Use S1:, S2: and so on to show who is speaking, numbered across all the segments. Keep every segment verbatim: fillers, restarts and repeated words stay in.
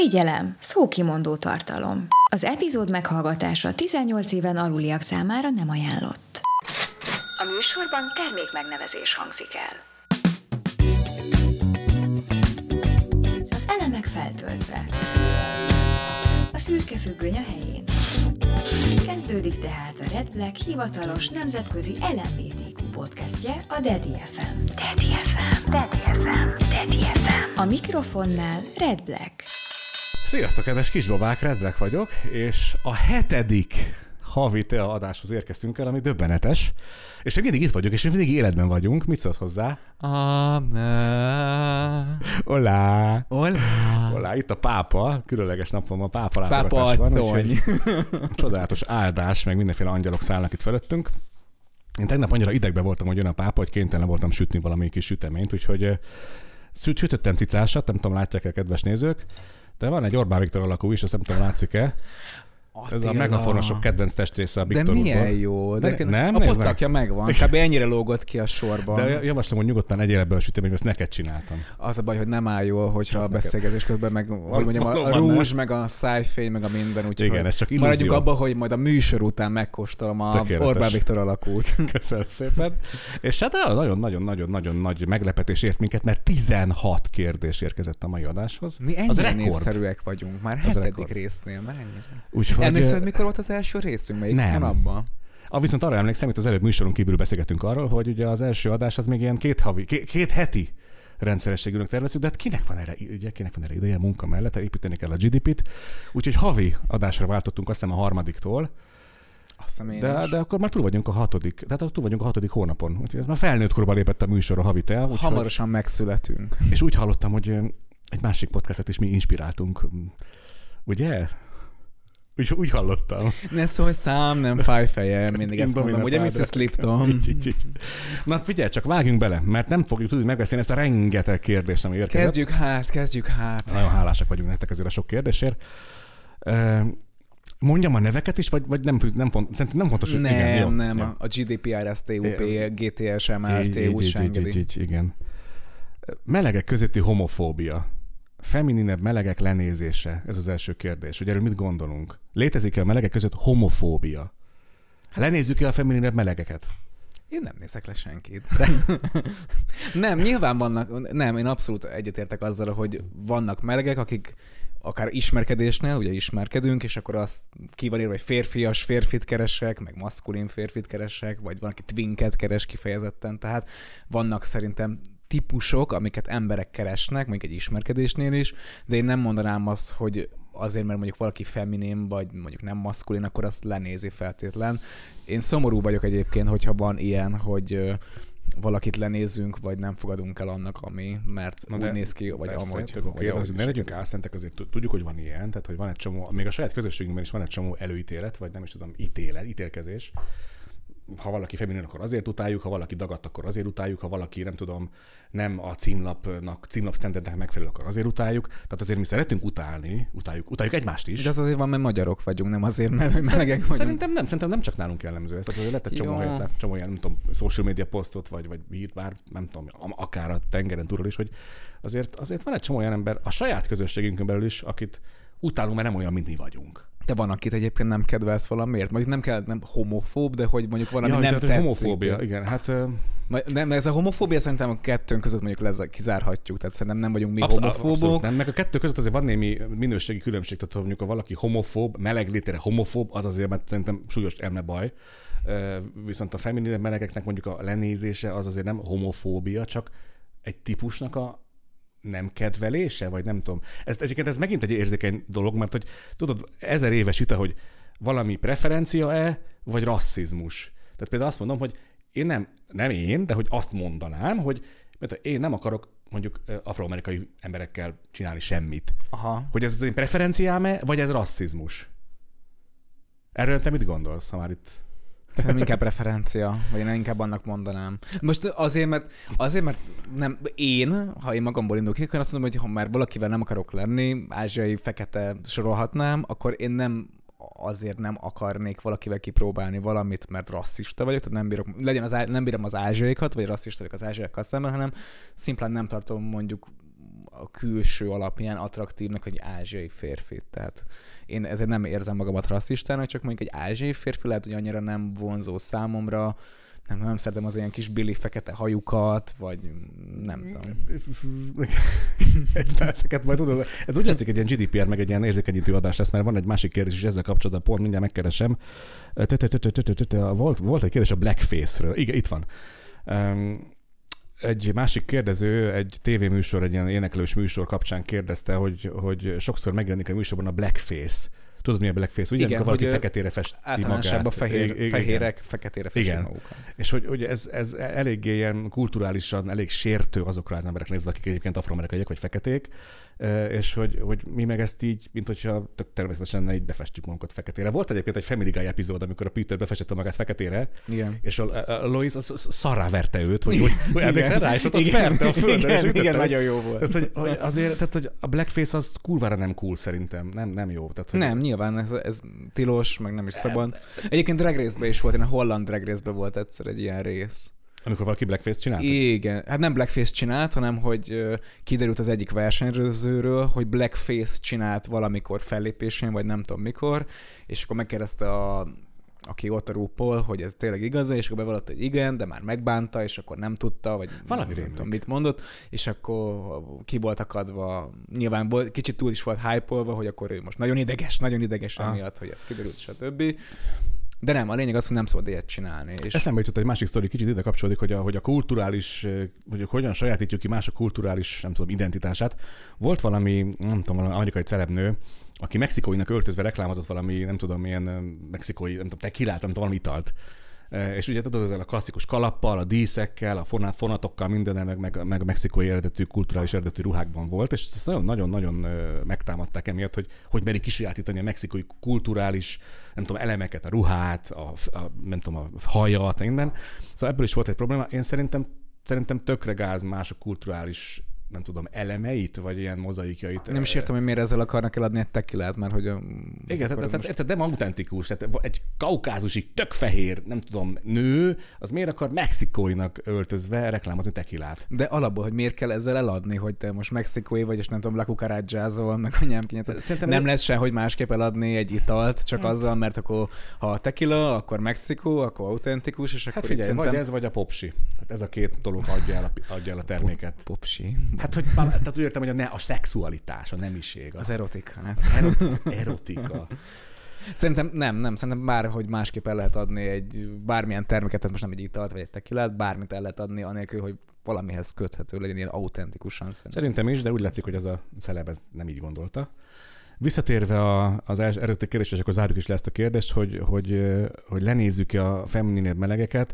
S1: Figyelem! Szókimondó tartalom. Az epizód meghallgatása tizennyolc éven aluliak számára nem ajánlott. A műsorban termékmegnevezés hangzik el. Az elemek feltöltve. A szürke függöny a helyén. Kezdődik tehát a Red Black hivatalos nemzetközi el em bé té kú podcastje, a Daddy ef em. Daddy ef em. Daddy ef em. Daddy ef em. A mikrofonnál Red Black.
S2: Sziasztok, kedves kisbabák, Red Black vagyok, és a hetedik havi tea adáshoz érkeztünk el, ami döbbenetes. És még mindig itt vagyok, és még mindig életben vagyunk. Mit szólsz hozzá?
S3: Amen.
S2: Olá!
S3: Olá!
S2: Olá, itt a pápa, különleges napon a pápa látogatás
S3: pápa
S2: van.
S3: Tony.
S2: Csodálatos áldás, meg mindenféle angyalok szállnak itt fölöttünk. Én tegnap annyira idegben voltam, hogy jön a pápa, hogy kénytelen voltam sütni valami kis süteményt, úgyhogy süt, sütöttem cicásat, nem tudom, látják-e, kedves nézők, de van egy Orbán Viktor alakú is, azt nem tudom, látszik-e.
S3: Attila.
S2: Ez a megafonosok kedvenc testrésze a Viktor
S3: De
S2: úrból.
S3: milyen jó. De
S2: De nem,
S3: a pocakja meg. megvan. Kb. Ennyire lógott ki a sorban.
S2: De javaslom, hogy nyugodtan egyél ebből a süteményt, ezt neked csináltam.
S3: Az a baj, hogy nem áll jól, hogyha csak a beszélgetés közben meg, hogy mondjam, a, a rúzs, nem. meg a szájfény, meg a minden. Úgyhogy
S2: igen, ez csak illúzió.
S3: Maradjunk abban, hogy majd a műsor után megkóstolom a Tökéletes. Orbán Viktor alakút.
S2: Köszönöm szépen. És hát nagyon-nagyon-nagyon-nagyon nagy meglepetés ért minket, mert tizenhat kérdés érkezett a mai adáshoz.
S3: Mi ennyire népszerűek vagyunk, már hetedik résznél, már ennyire. Emlékszel, mikor volt az első részünk, melyik
S2: nem.
S3: hónapban?
S2: Ah, viszont arra emlékszem, itt az előbb műsorunk kívül beszélgetünk arról, hogy ugye az első adás az még ilyen két, havi, két, két heti rendszerességűnek tervezünk, de hát kinek van erre, ugye, kinek van erre ideje munka mellett, építeni kell a gé dé pét, úgyhogy havi adásra váltottunk, azt hiszem a harmadiktól. De, de akkor már túl vagyunk a hatodik, tehát túl vagyunk a hatodik hónapon, úgyhogy ez már felnőtt korban lépett a műsor, a havi tea.
S3: Hamarosan hogy, megszületünk.
S2: És úgy hallottam, hogy egy másik podcastet is mi inspiráltunk, ugye? Úgy, úgy hallottam.
S3: Ne szólj szám, nem fáj fejem, mindig ezt mondom, ugye missus Lipton.
S2: Na figyelj, csak vágjunk bele, mert nem fogjuk tudni megbeszélni ezt a rengeteg kérdést, ami érkezett.
S3: Kezdjük hát, kezdjük hát.
S2: Nagyon hálásak vagyunk nektek ezért a sok kérdésért. Mondjam a neveket is, vagy, vagy nem, nem, font, szerintem nem fontos, hogy
S3: nem,
S2: igen. Jó,
S3: nem,
S2: jó.
S3: A gé dé pé er, es té u pé, gé té es, em er té úgy se engedi.
S2: Igen. Melegek közötti homofóbia. Femininebb melegek lenézése, ez az első kérdés. Hogy erről mit gondolunk? Létezik-e a melegek között homofóbia? Lenézzük-e a femininebb melegeket?
S3: Én nem nézek le senkit. Nem, nyilván vannak, nem, én abszolút egyetértek azzal, hogy vannak melegek, akik akár ismerkedésnél, ugye ismerkedünk, és akkor azt ki van írva, hogy férfias férfit keresek, meg maszkulin férfit keresek, vagy van, aki twinket keres kifejezetten, tehát vannak szerintem típusok, amiket emberek keresnek, mondjuk egy ismerkedésnél is, de én nem mondanám azt, hogy azért, mert mondjuk valaki feminin, vagy mondjuk nem maszkulin, akkor azt lenézi feltétlen. Én szomorú vagyok egyébként, hogyha van ilyen, hogy valakit lenézünk, vagy nem fogadunk el annak, ami, mert
S2: na
S3: úgy néz ki, vagy amúgy.
S2: Oké, azért ne legyünk álszentek, azért tudjuk, hogy van ilyen, tehát hogy van egy csomó, még a saját közösségünkben is van egy csomó előítélet, vagy nem is tudom, ítélet, ítélkezés. Ha valaki feminin, akkor azért utáljuk, ha valaki dagadt, akkor azért utáljuk, ha valaki, nem tudom, nem a címlapnak, címlap standardnek megfelelő, akkor azért utáljuk. Tehát azért mi szeretünk utálni, utáljuk, utáljuk egymást is.
S3: De az azért van, mert magyarok vagyunk, nem azért, mert hogy melegek vagyunk.
S2: Szerintem nem, szerintem nem csak nálunk jellemző ez. Tehát azért lett egy csomó helyet, lett csomó ilyen, nem tudom, social media posztot, vagy, vagy hírt, bár nem tudom, akár a tengeren túlról is, hogy azért, azért van egy csomó olyan ember a saját közösségünkön belül is, akit utálunk, mert nem olyan, mint mi vagyunk.
S3: De van, akit egyébként nem kedvelsz valamiért. Mondjuk nem kell, nem homofób, de hogy mondjuk valami
S2: ja,
S3: nem tetszik.
S2: Homofóbia, igen. Hát,
S3: de, de ez a homofóbia szerintem a kettőnk között mondjuk lez, kizárhatjuk, tehát szerintem nem vagyunk mi
S2: abszolút,
S3: homofóbok.
S2: Abszolút nem, meg a kettő között azért van némi minőségi különbség, tehát mondjuk ha valaki homofób, meleg létére homofób, az azért, mert szerintem súlyos elmebaj. Viszont a feminin melegeknek mondjuk a lenézése az azért nem homofóbia, csak egy típusnak a nem kedvelése, vagy nem tudom. Ez, egyébként ez megint egy érzékeny dolog, mert hogy tudod, ezer éves vita, hogy valami preferencia-e, vagy rasszizmus. Tehát például azt mondom, hogy én nem, nem én, de hogy azt mondanám, hogy mert én nem akarok mondjuk afroamerikai emberekkel csinálni semmit.
S3: Aha.
S2: Hogy ez az én preferenciám-e, vagy ez rasszizmus? Erről te mit gondolsz, ha már itt...
S3: Nem inkább preferencia, vagy én inkább annak mondanám. Most azért, mert, azért, mert nem, én, ha én magamból indulok ki, akkor azt mondom, hogy ha már valakivel nem akarok lenni, ázsiai, fekete sorolhatnám, akkor én nem azért nem akarnék valakivel kipróbálni valamit, mert rasszista vagyok, tehát nem, bírok, legyen az, nem bírom az ázsiaikat, vagy rasszista vagyok az ázsiaiakkal szemben, hanem szimplán nem tartom mondjuk a külső alapján attraktívnak egy ázsiai férfit. Tehát én ezért nem érzem magamat rasszistának, csak mondjuk egy ázsiai férfi lehet, hogy annyira nem vonzó számomra, nem, nem szeretem az ilyen kis billi fekete hajukat, vagy nem tudom.
S2: Ezeket majd tudod, ez úgy látszik egy ilyen gé dé pé er, meg egy ilyen érzékenyítő adás lesz, mert van egy másik kérdés is ezzel kapcsolatban, pont mindjárt megkeresem. Volt, volt egy kérdés a blackface-ről. Igen, itt van. Egy másik kérdező, egy tévéműsor, egy ilyen éneklős műsor kapcsán kérdezte, hogy, hogy sokszor megjelenik a műsorban a blackface. Tudod, mi a blackface? Ugye, amikor valaki feketére festi magát.
S3: Általánosában fehér, igen, fehérek feketére festik
S2: igen.
S3: magukat.
S2: És hogy, hogy ez, ez eléggé ilyen kulturálisan elég sértő azokra az emberek nézve, akik egyébként afroamerikaiak vagy feketék, és hogy, hogy mi meg ezt így, mint hogyha tök természetesen lenne, így befestjük magunkat feketére. Volt egyébként egy Family Guy epizód, amikor a Peter befestette magát feketére,
S3: igen.
S2: és a, a Lois szarrá verte őt, hogy, hogy, hogy emlékszel rá, és ott, ott verte a földön.
S3: Igen,
S2: és
S3: igen, nagyon jó volt.
S2: Tehát, hogy, hogy azért, tehát, hogy a blackface az kurvára nem cool szerintem, nem, nem jó. Tehát, hogy...
S3: Nem, nyilván ez, ez tilos, meg nem is szabad. Egyébként Drag Race-ben is volt, én a holland Drag Race-ben volt egyszer egy ilyen rész.
S2: Amikor valaki blackface csinált?
S3: Igen. Hát nem blackface csinált, hanem hogy uh, kiderült az egyik versenyzőről, hogy blackface csinált valamikor fellépésén, vagy nem tudom mikor, és akkor megkérdezte a aki ott a RuPaul, hogy ez tényleg igaz, és akkor bevallotta, hogy igen, de már megbánta, és akkor nem tudta, vagy
S2: valami
S3: nem tudom, mit mondott, és akkor ki volt akadva, nyilván kicsit túl is volt hype-olva, hogy akkor ő most nagyon ideges, nagyon ideges ah. emiatt, hogy ez kiderült, stb. De nem, a lényeg az, hogy nem szabad ilyet csinálni. És...
S2: Eszembe jutott egy másik sztori, kicsit ide kapcsolódik, hogy a, hogy a kulturális, hogy hogyan sajátítjuk ki más a kulturális, nem tudom, identitását. Volt valami, nem tudom, valami amerikai celebnő, aki mexikóinak öltözve reklámozott valami, nem tudom, milyen mexikói, nem tudom, tekilát, nem tudom, valami italt. És ugye tudod, ezzel a klasszikus kalappal, a díszekkel, a fonatokkal, mindennel, meg, meg, meg a mexikói eredetű, kulturális eredetű ruhákban volt, és ezt nagyon-nagyon megtámadták emiatt, hogy hogy merik kisajátítani a mexikói kulturális, nem tudom, elemeket, a ruhát, a, a, nem tudom, a hajat, minden. Szóval ebből is volt egy probléma. Én szerintem, szerintem tökre gáz más a kulturális, nem tudom, elemeit, vagy ilyen mozaikjait.
S3: Nem is értem, hogy miért ezzel akarnak eladni egy tekilát, mert hogy a...
S2: Igen, tehát, tehát most... érted, nem autentikus. Tehát egy kaukázusi, tök fehér, nem tudom, nő, az miért akar mexikóinak öltözve reklámozni tekilát?
S3: De alapból, hogy miért kell ezzel eladni, hogy te most mexikói vagy, és nem tudom, la cucaracházol, meg a nyámkinyet. Nem lesz se, hogy másképp eladni egy italt, csak hát. azzal, mert akkor ha a tekila, akkor Mexikó, akkor autentikus, és
S2: hát
S3: akkor
S2: figyelj,
S3: szerintem...
S2: vagy ez, vagy a popsi. Tehát ez a két dolog adja el a, adja el a terméket.
S3: Pop, popsi?
S2: Hát, hogy, tehát úgy értem, hogy a, ne, a szexualitás, a nemiség. A,
S3: az erotika.
S2: Az, erot, az erotika.
S3: Szerintem nem, nem. Szerintem bárhogy másképp el lehet adni egy bármilyen terméket, tehát most nem egy italt, vagy egy tekilát, bármit el lehet adni, anélkül, hogy valamihez köthető legyen ilyen autentikusan. Szerintem.
S2: Szerintem is, de úgy látszik, hogy ez a celeb ez nem így gondolta. Visszatérve a, az eredeti kérdésre, és akkor zárjuk is le ezt a kérdést, hogy, hogy, hogy lenézzük a femininebb melegeket.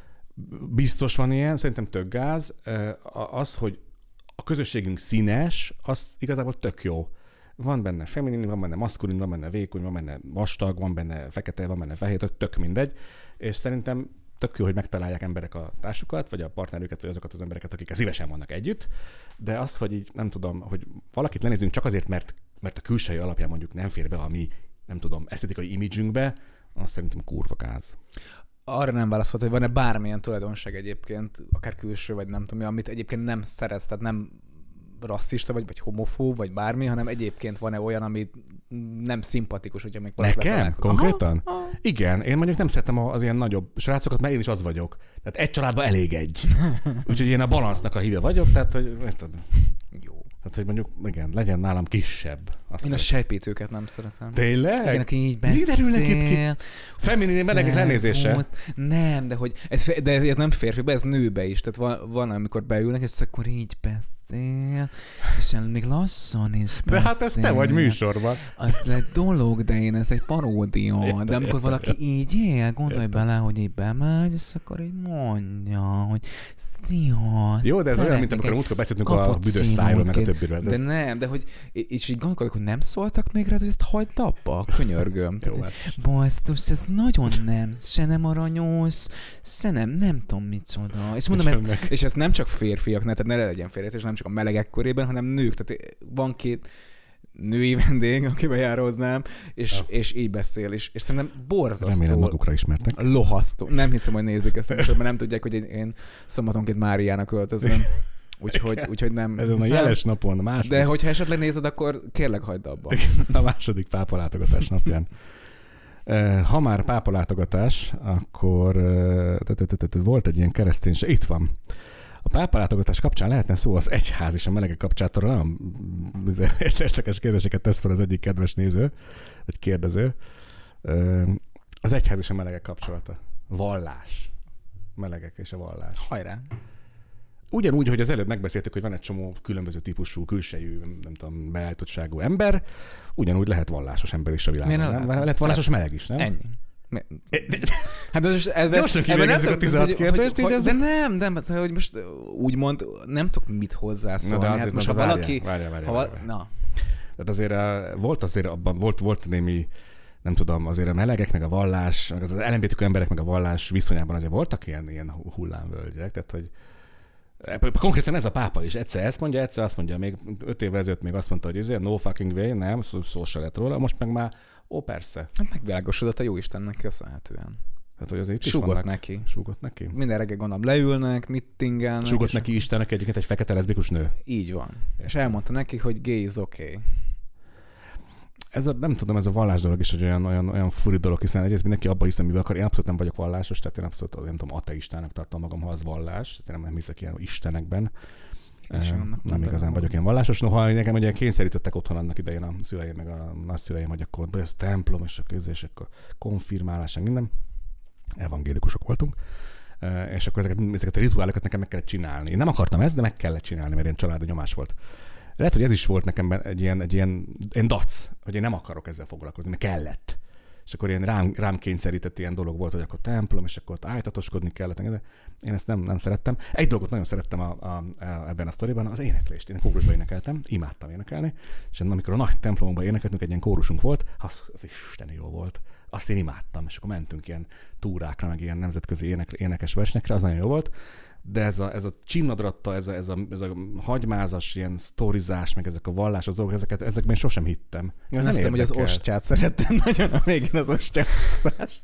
S2: Biztos van ilyen, szerintem tök gáz. Az, hogy a közösségünk színes, az igazából tök jó. Van benne feminin, van benne maszkulin, van benne vékony, van benne vastag, van benne fekete, van benne fehér, tök mindegy. És szerintem tök jó, hogy megtalálják emberek a társukat, vagy a partnerüket, vagy azokat az embereket, akikkel szívesen vannak együtt. De az, hogy így nem tudom, hogy valakit lenézünk csak azért, mert, mert a külsői alapján mondjuk nem fér be a mi, nem tudom, esztetikai imidzsünkbe, azt szerintem kurva gáz.
S3: Arra nem válaszolt, hogy van-e bármilyen tulajdonság egyébként, akár külső, vagy nem tudom, amit egyébként nem szeretsz, tehát nem rasszista vagy, vagy homofób, vagy bármi, hanem egyébként van-e olyan, amit nem szimpatikus, hogyha még valaki
S2: nekem? Konkrétan? Aha, aha. Igen, én mondjuk nem szeretem az ilyen nagyobb srácokat, mert én is az vagyok. Tehát egy családban elég egy. Úgyhogy én a balansznak a híve vagyok, tehát hogy...
S3: Jó.
S2: Tehát, hogy mondjuk, igen, legyen nálam kisebb.
S3: Azt én a sejpítőket nem szeretem.
S2: Tényleg?
S3: Igen, aki így beszél.
S2: Feminin melegek lenézése.
S3: Nem, de hogy ez, de ez nem férfibe, ez nőbe is. Tehát van, van amikor beülnek, és akkor így beszél, és még lassan is beszél.
S2: De hát ez te vagy műsorban.
S3: Az egy dolog, de én ez egy paródia. Értem, de amikor értem, valaki értem. így él, gondolj értem. bele, hogy így bemegy, és akkor így mondja, hogy szia.
S2: Jó, de ez olyan, mint amikor múltkor beszéltünk a büdös szájról, meg a többiről.
S3: De nem, de hogy, és így gondolkodok, hogy nem szóltak még rá, hogy ezt hagyd abba, könyörgöm. Basszus, ez nagyon nem, se nem aranyos, se nem, nem tudom micsoda. És mondom, ez, és ez nem csak férfiak, ne, tehát ne legyen férfi, és nem csak a melegek körében, hanem nők. Tehát van két női vendég, akiben járóznám, és, ja. és így beszél, és, és szerintem borzasztó.
S2: Remélem magukra ismertek.
S3: Lohasztó. Nem hiszem, hogy nézik ezt, mert nem tudják, hogy én, én szombatonként Máriának öltözöm. Úgyhogy, úgyhogy nem...
S2: Ezen a jeles napon, a második...
S3: De hogyha esetleg nézed, akkor kérlek hagyd abba.
S2: A második pápalátogatás napján. Ha már pápalátogatás, akkor volt egy ilyen kereszténység. Itt van. A pápalátogatás kapcsán lehetne szó az egyház és a melegek kapcsolatról. Olyan érdekes kérdéseket tesz fel az egyik kedves néző, vagy kérdező. Az egyház és a melegek kapcsolata. Vallás. Melegek és a vallás.
S3: Hajrá!
S2: Ugyanúgy, hogy az előbb megbeszéltük, hogy van egy csomó különböző típusú, külsejű, nem tudom, beállítottságú ember, ugyanúgy lehet vallásos ember is a világon. Nem? Nem? Lehet vallásos meleg is, nem?
S3: Ennyi. Hát ez, ez,
S2: gyorsan kivégezzük a tizenhat kérdést.
S3: Hogy, hogy, de nem, nem, hogy most úgymond nem tudok mit hozzászólni.
S2: Na de hát most
S3: ha
S2: várjál,
S3: valaki...
S2: Várjál, várjál,
S3: ha
S2: várjál.
S3: Na.
S2: Tehát azért volt azért abban, volt, volt némi, nem tudom, azért a melegek, meg a vallás, meg az el em bé té kú emberek, meg a vallás viszonyában azért voltak ilyen, ilyen hullámvölgyek, tehát hogy konkrétan ez a pápa is egyszer ezt mondja, egyszer azt mondja, még öt évvel ezelőtt még azt mondta, hogy ezért no fucking way, nem, szó, szó se lett róla, most meg már, ó persze.
S3: Hát megvilágosodott a Jóistennek köszönhetően.
S2: Hát, hogy azért
S3: Súgott
S2: vannak,
S3: neki.
S2: Súgott neki.
S3: Minden reggel gondolom leülnek, mittingelnek.
S2: Súgott neki Istennek egyébként egy fekete leszbikus nő.
S3: Így van. És elmondta neki, hogy gay is okay.
S2: Ez a, nem tudom, ez a vallás dolog is, hogy olyan, olyan, olyan furi dolog, hiszen egyrészt mindenki abba hiszem, mivel akar. Én abszolút nem vagyok vallásos, tehát én abszolút nem tudom, ateistának tartom magam, ha az vallás. Tehát én nem hiszek ilyen istenekben. Nem, nem igazán vagyok ilyen vallásos. Noha nekem ugye kényszerítettek otthon annak idején a szüleim, meg a nagyszüleim, hogy akkor ez templom, és a közés, akkor konfirmálás, minden. Evangélikusok voltunk. És akkor ezeket, ezeket a rituálokat nekem meg kellett csinálni. Én nem akartam ezt, de meg kellett csinálni, mert ilyen családi nyomás volt. Lehet, hogy ez is volt nekem egy ilyen, egy ilyen, ilyen dac, hogy én nem akarok ezzel foglalkozni, mert kellett. És akkor ilyen rám, rám kényszerített ilyen dolog volt, hogy akkor templom, és akkor ott ájtatoskodni kellett. De én ezt nem, nem szerettem. Egy dolgot nagyon szerettem a, a, a, ebben a sztoriban, az éneklést. Én kórusban énekeltem, imádtam énekelni, és amikor a nagy templomokban énekeltünk, egy ilyen kórusunk volt, az, az isteni jó volt. Azt én imádtam, és akkor mentünk ilyen túrákra, meg ilyen nemzetközi ének, énekes versenyekre, az nagyon jó volt. De ez a, ez a csinnadratta, ez a, ez, a, ez a hagymázas ilyen sztorizás, meg ezek a vallásos dolgok, ezeket, ezekben sohasem hittem.
S3: Én azt hiszem, hogy az ostját szerettem nagyon, a végén az ostjátsztást.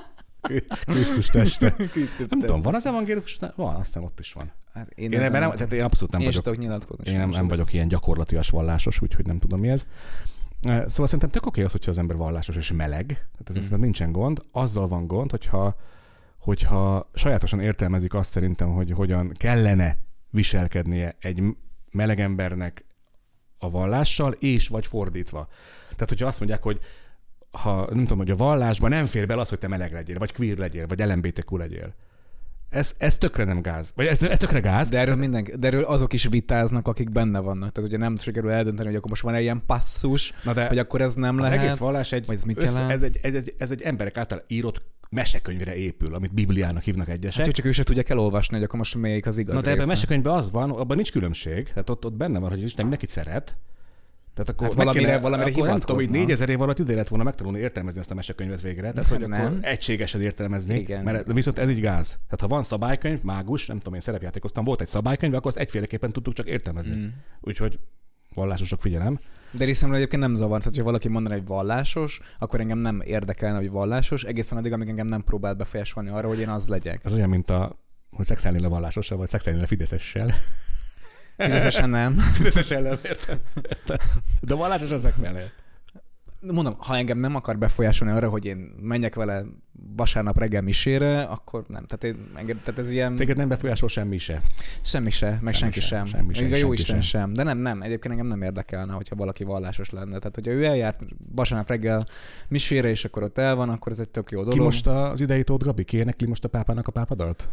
S2: Krisztus teste. Nem tudom, van az evangélikus? Van, aztán ott is van. Hát én, én, ebben nem, tehát én abszolút nem
S3: én
S2: vagyok.
S3: Én
S2: nem, nem vagyok ilyen gyakorlatias vallásos, úgyhogy nem tudom mi ez. Szóval szerintem tök oké az, hogyha az ember vallásos és meleg. Tehát ez mm. nincsen gond. Azzal van gond, hogyha hogyha sajátosan értelmezik azt szerintem, hogy hogyan kellene viselkednie egy meleg embernek a vallással, és vagy fordítva. Tehát, hogyha azt mondják, hogy ha nem tudom, hogy a vallásban nem fér bele az, hogy te meleg legyél, vagy queer legyél, vagy el em bé té kú legyél. Ez, ez tökre nem gáz. Vagy ez, ez tökre gáz.
S3: De erről, minden, de erről azok is vitáznak, akik benne vannak. Tehát ugye nem sikerül eldönteni, hogy akkor most van egy ilyen passzus, hogy akkor ez nem
S2: az
S3: lehet.
S2: Az egész vallás egy, ez, mit össze, ez, egy, ez, egy, ez egy emberek által írott mesekönyvre épül, amit Bibliának hívnak egyesek.
S3: Hát csak ő se tudják elolvasni, hogy akkor most melyik az igaz.
S2: Na de ebben a mesekönyvben az van, abban nincs különbség. Tehát ott, ott benne van, hogy Isten mindenkit szeret. Tehát akkor
S3: hát valamire,
S2: kéne,
S3: valamire
S2: akkor nem tudom, hogy
S3: hivatkoznak.
S2: négyezer év alatt ide lett volna megtanulni értelmezni ezt a mesekönyvet végre. Tehát, hogy
S3: nem.
S2: akkor egységesen értelmezni.
S3: Igen.
S2: Mert viszont ez így gáz. Tehát ha van szabálykönyv, mágus, nem tudom, én szerepjátékoztam, volt egy szabálykönyv, akkor azt egyféleképpen tudtuk csak értelmezni. Mm. Úgyhogy vallásosok figyelem.
S3: De részemről egyébként nem zavar. Tehát, ha valaki mondaná, hogy vallásos, akkor engem nem érdekelne, hogy vallásos, egészen addig, amíg engem nem próbál befolyásolni arra, hogy én az legyek.
S2: Ez olyan, mint a, hogy szexelni a vallásossal, vagy szexelni a fideszessel.
S3: Fideszesen nem.
S2: Fideszesen nem, értem. De vallásos az szexelni.
S3: Mondom, ha engem nem akar befolyásolni arra, hogy én menjek vele vasárnap reggel misére, akkor nem. Tehát, én, engem, tehát ez ilyen...
S2: Téged nem befolyásol semmi se.
S3: Semmi se, meg semmi senki sem. sem.
S2: Semmi sem.
S3: Még a jó Isten
S2: sem.
S3: sem. De nem, nem. Egyébként engem nem érdekelne, hogyha valaki vallásos lenne. Tehát, hogyha ő eljárt vasárnap reggel misére, és akkor ott el van, akkor ez egy tök jó dolog.
S2: Ki most az idei Tóth Gabi? Ki énekli most a pápának a pápadalt?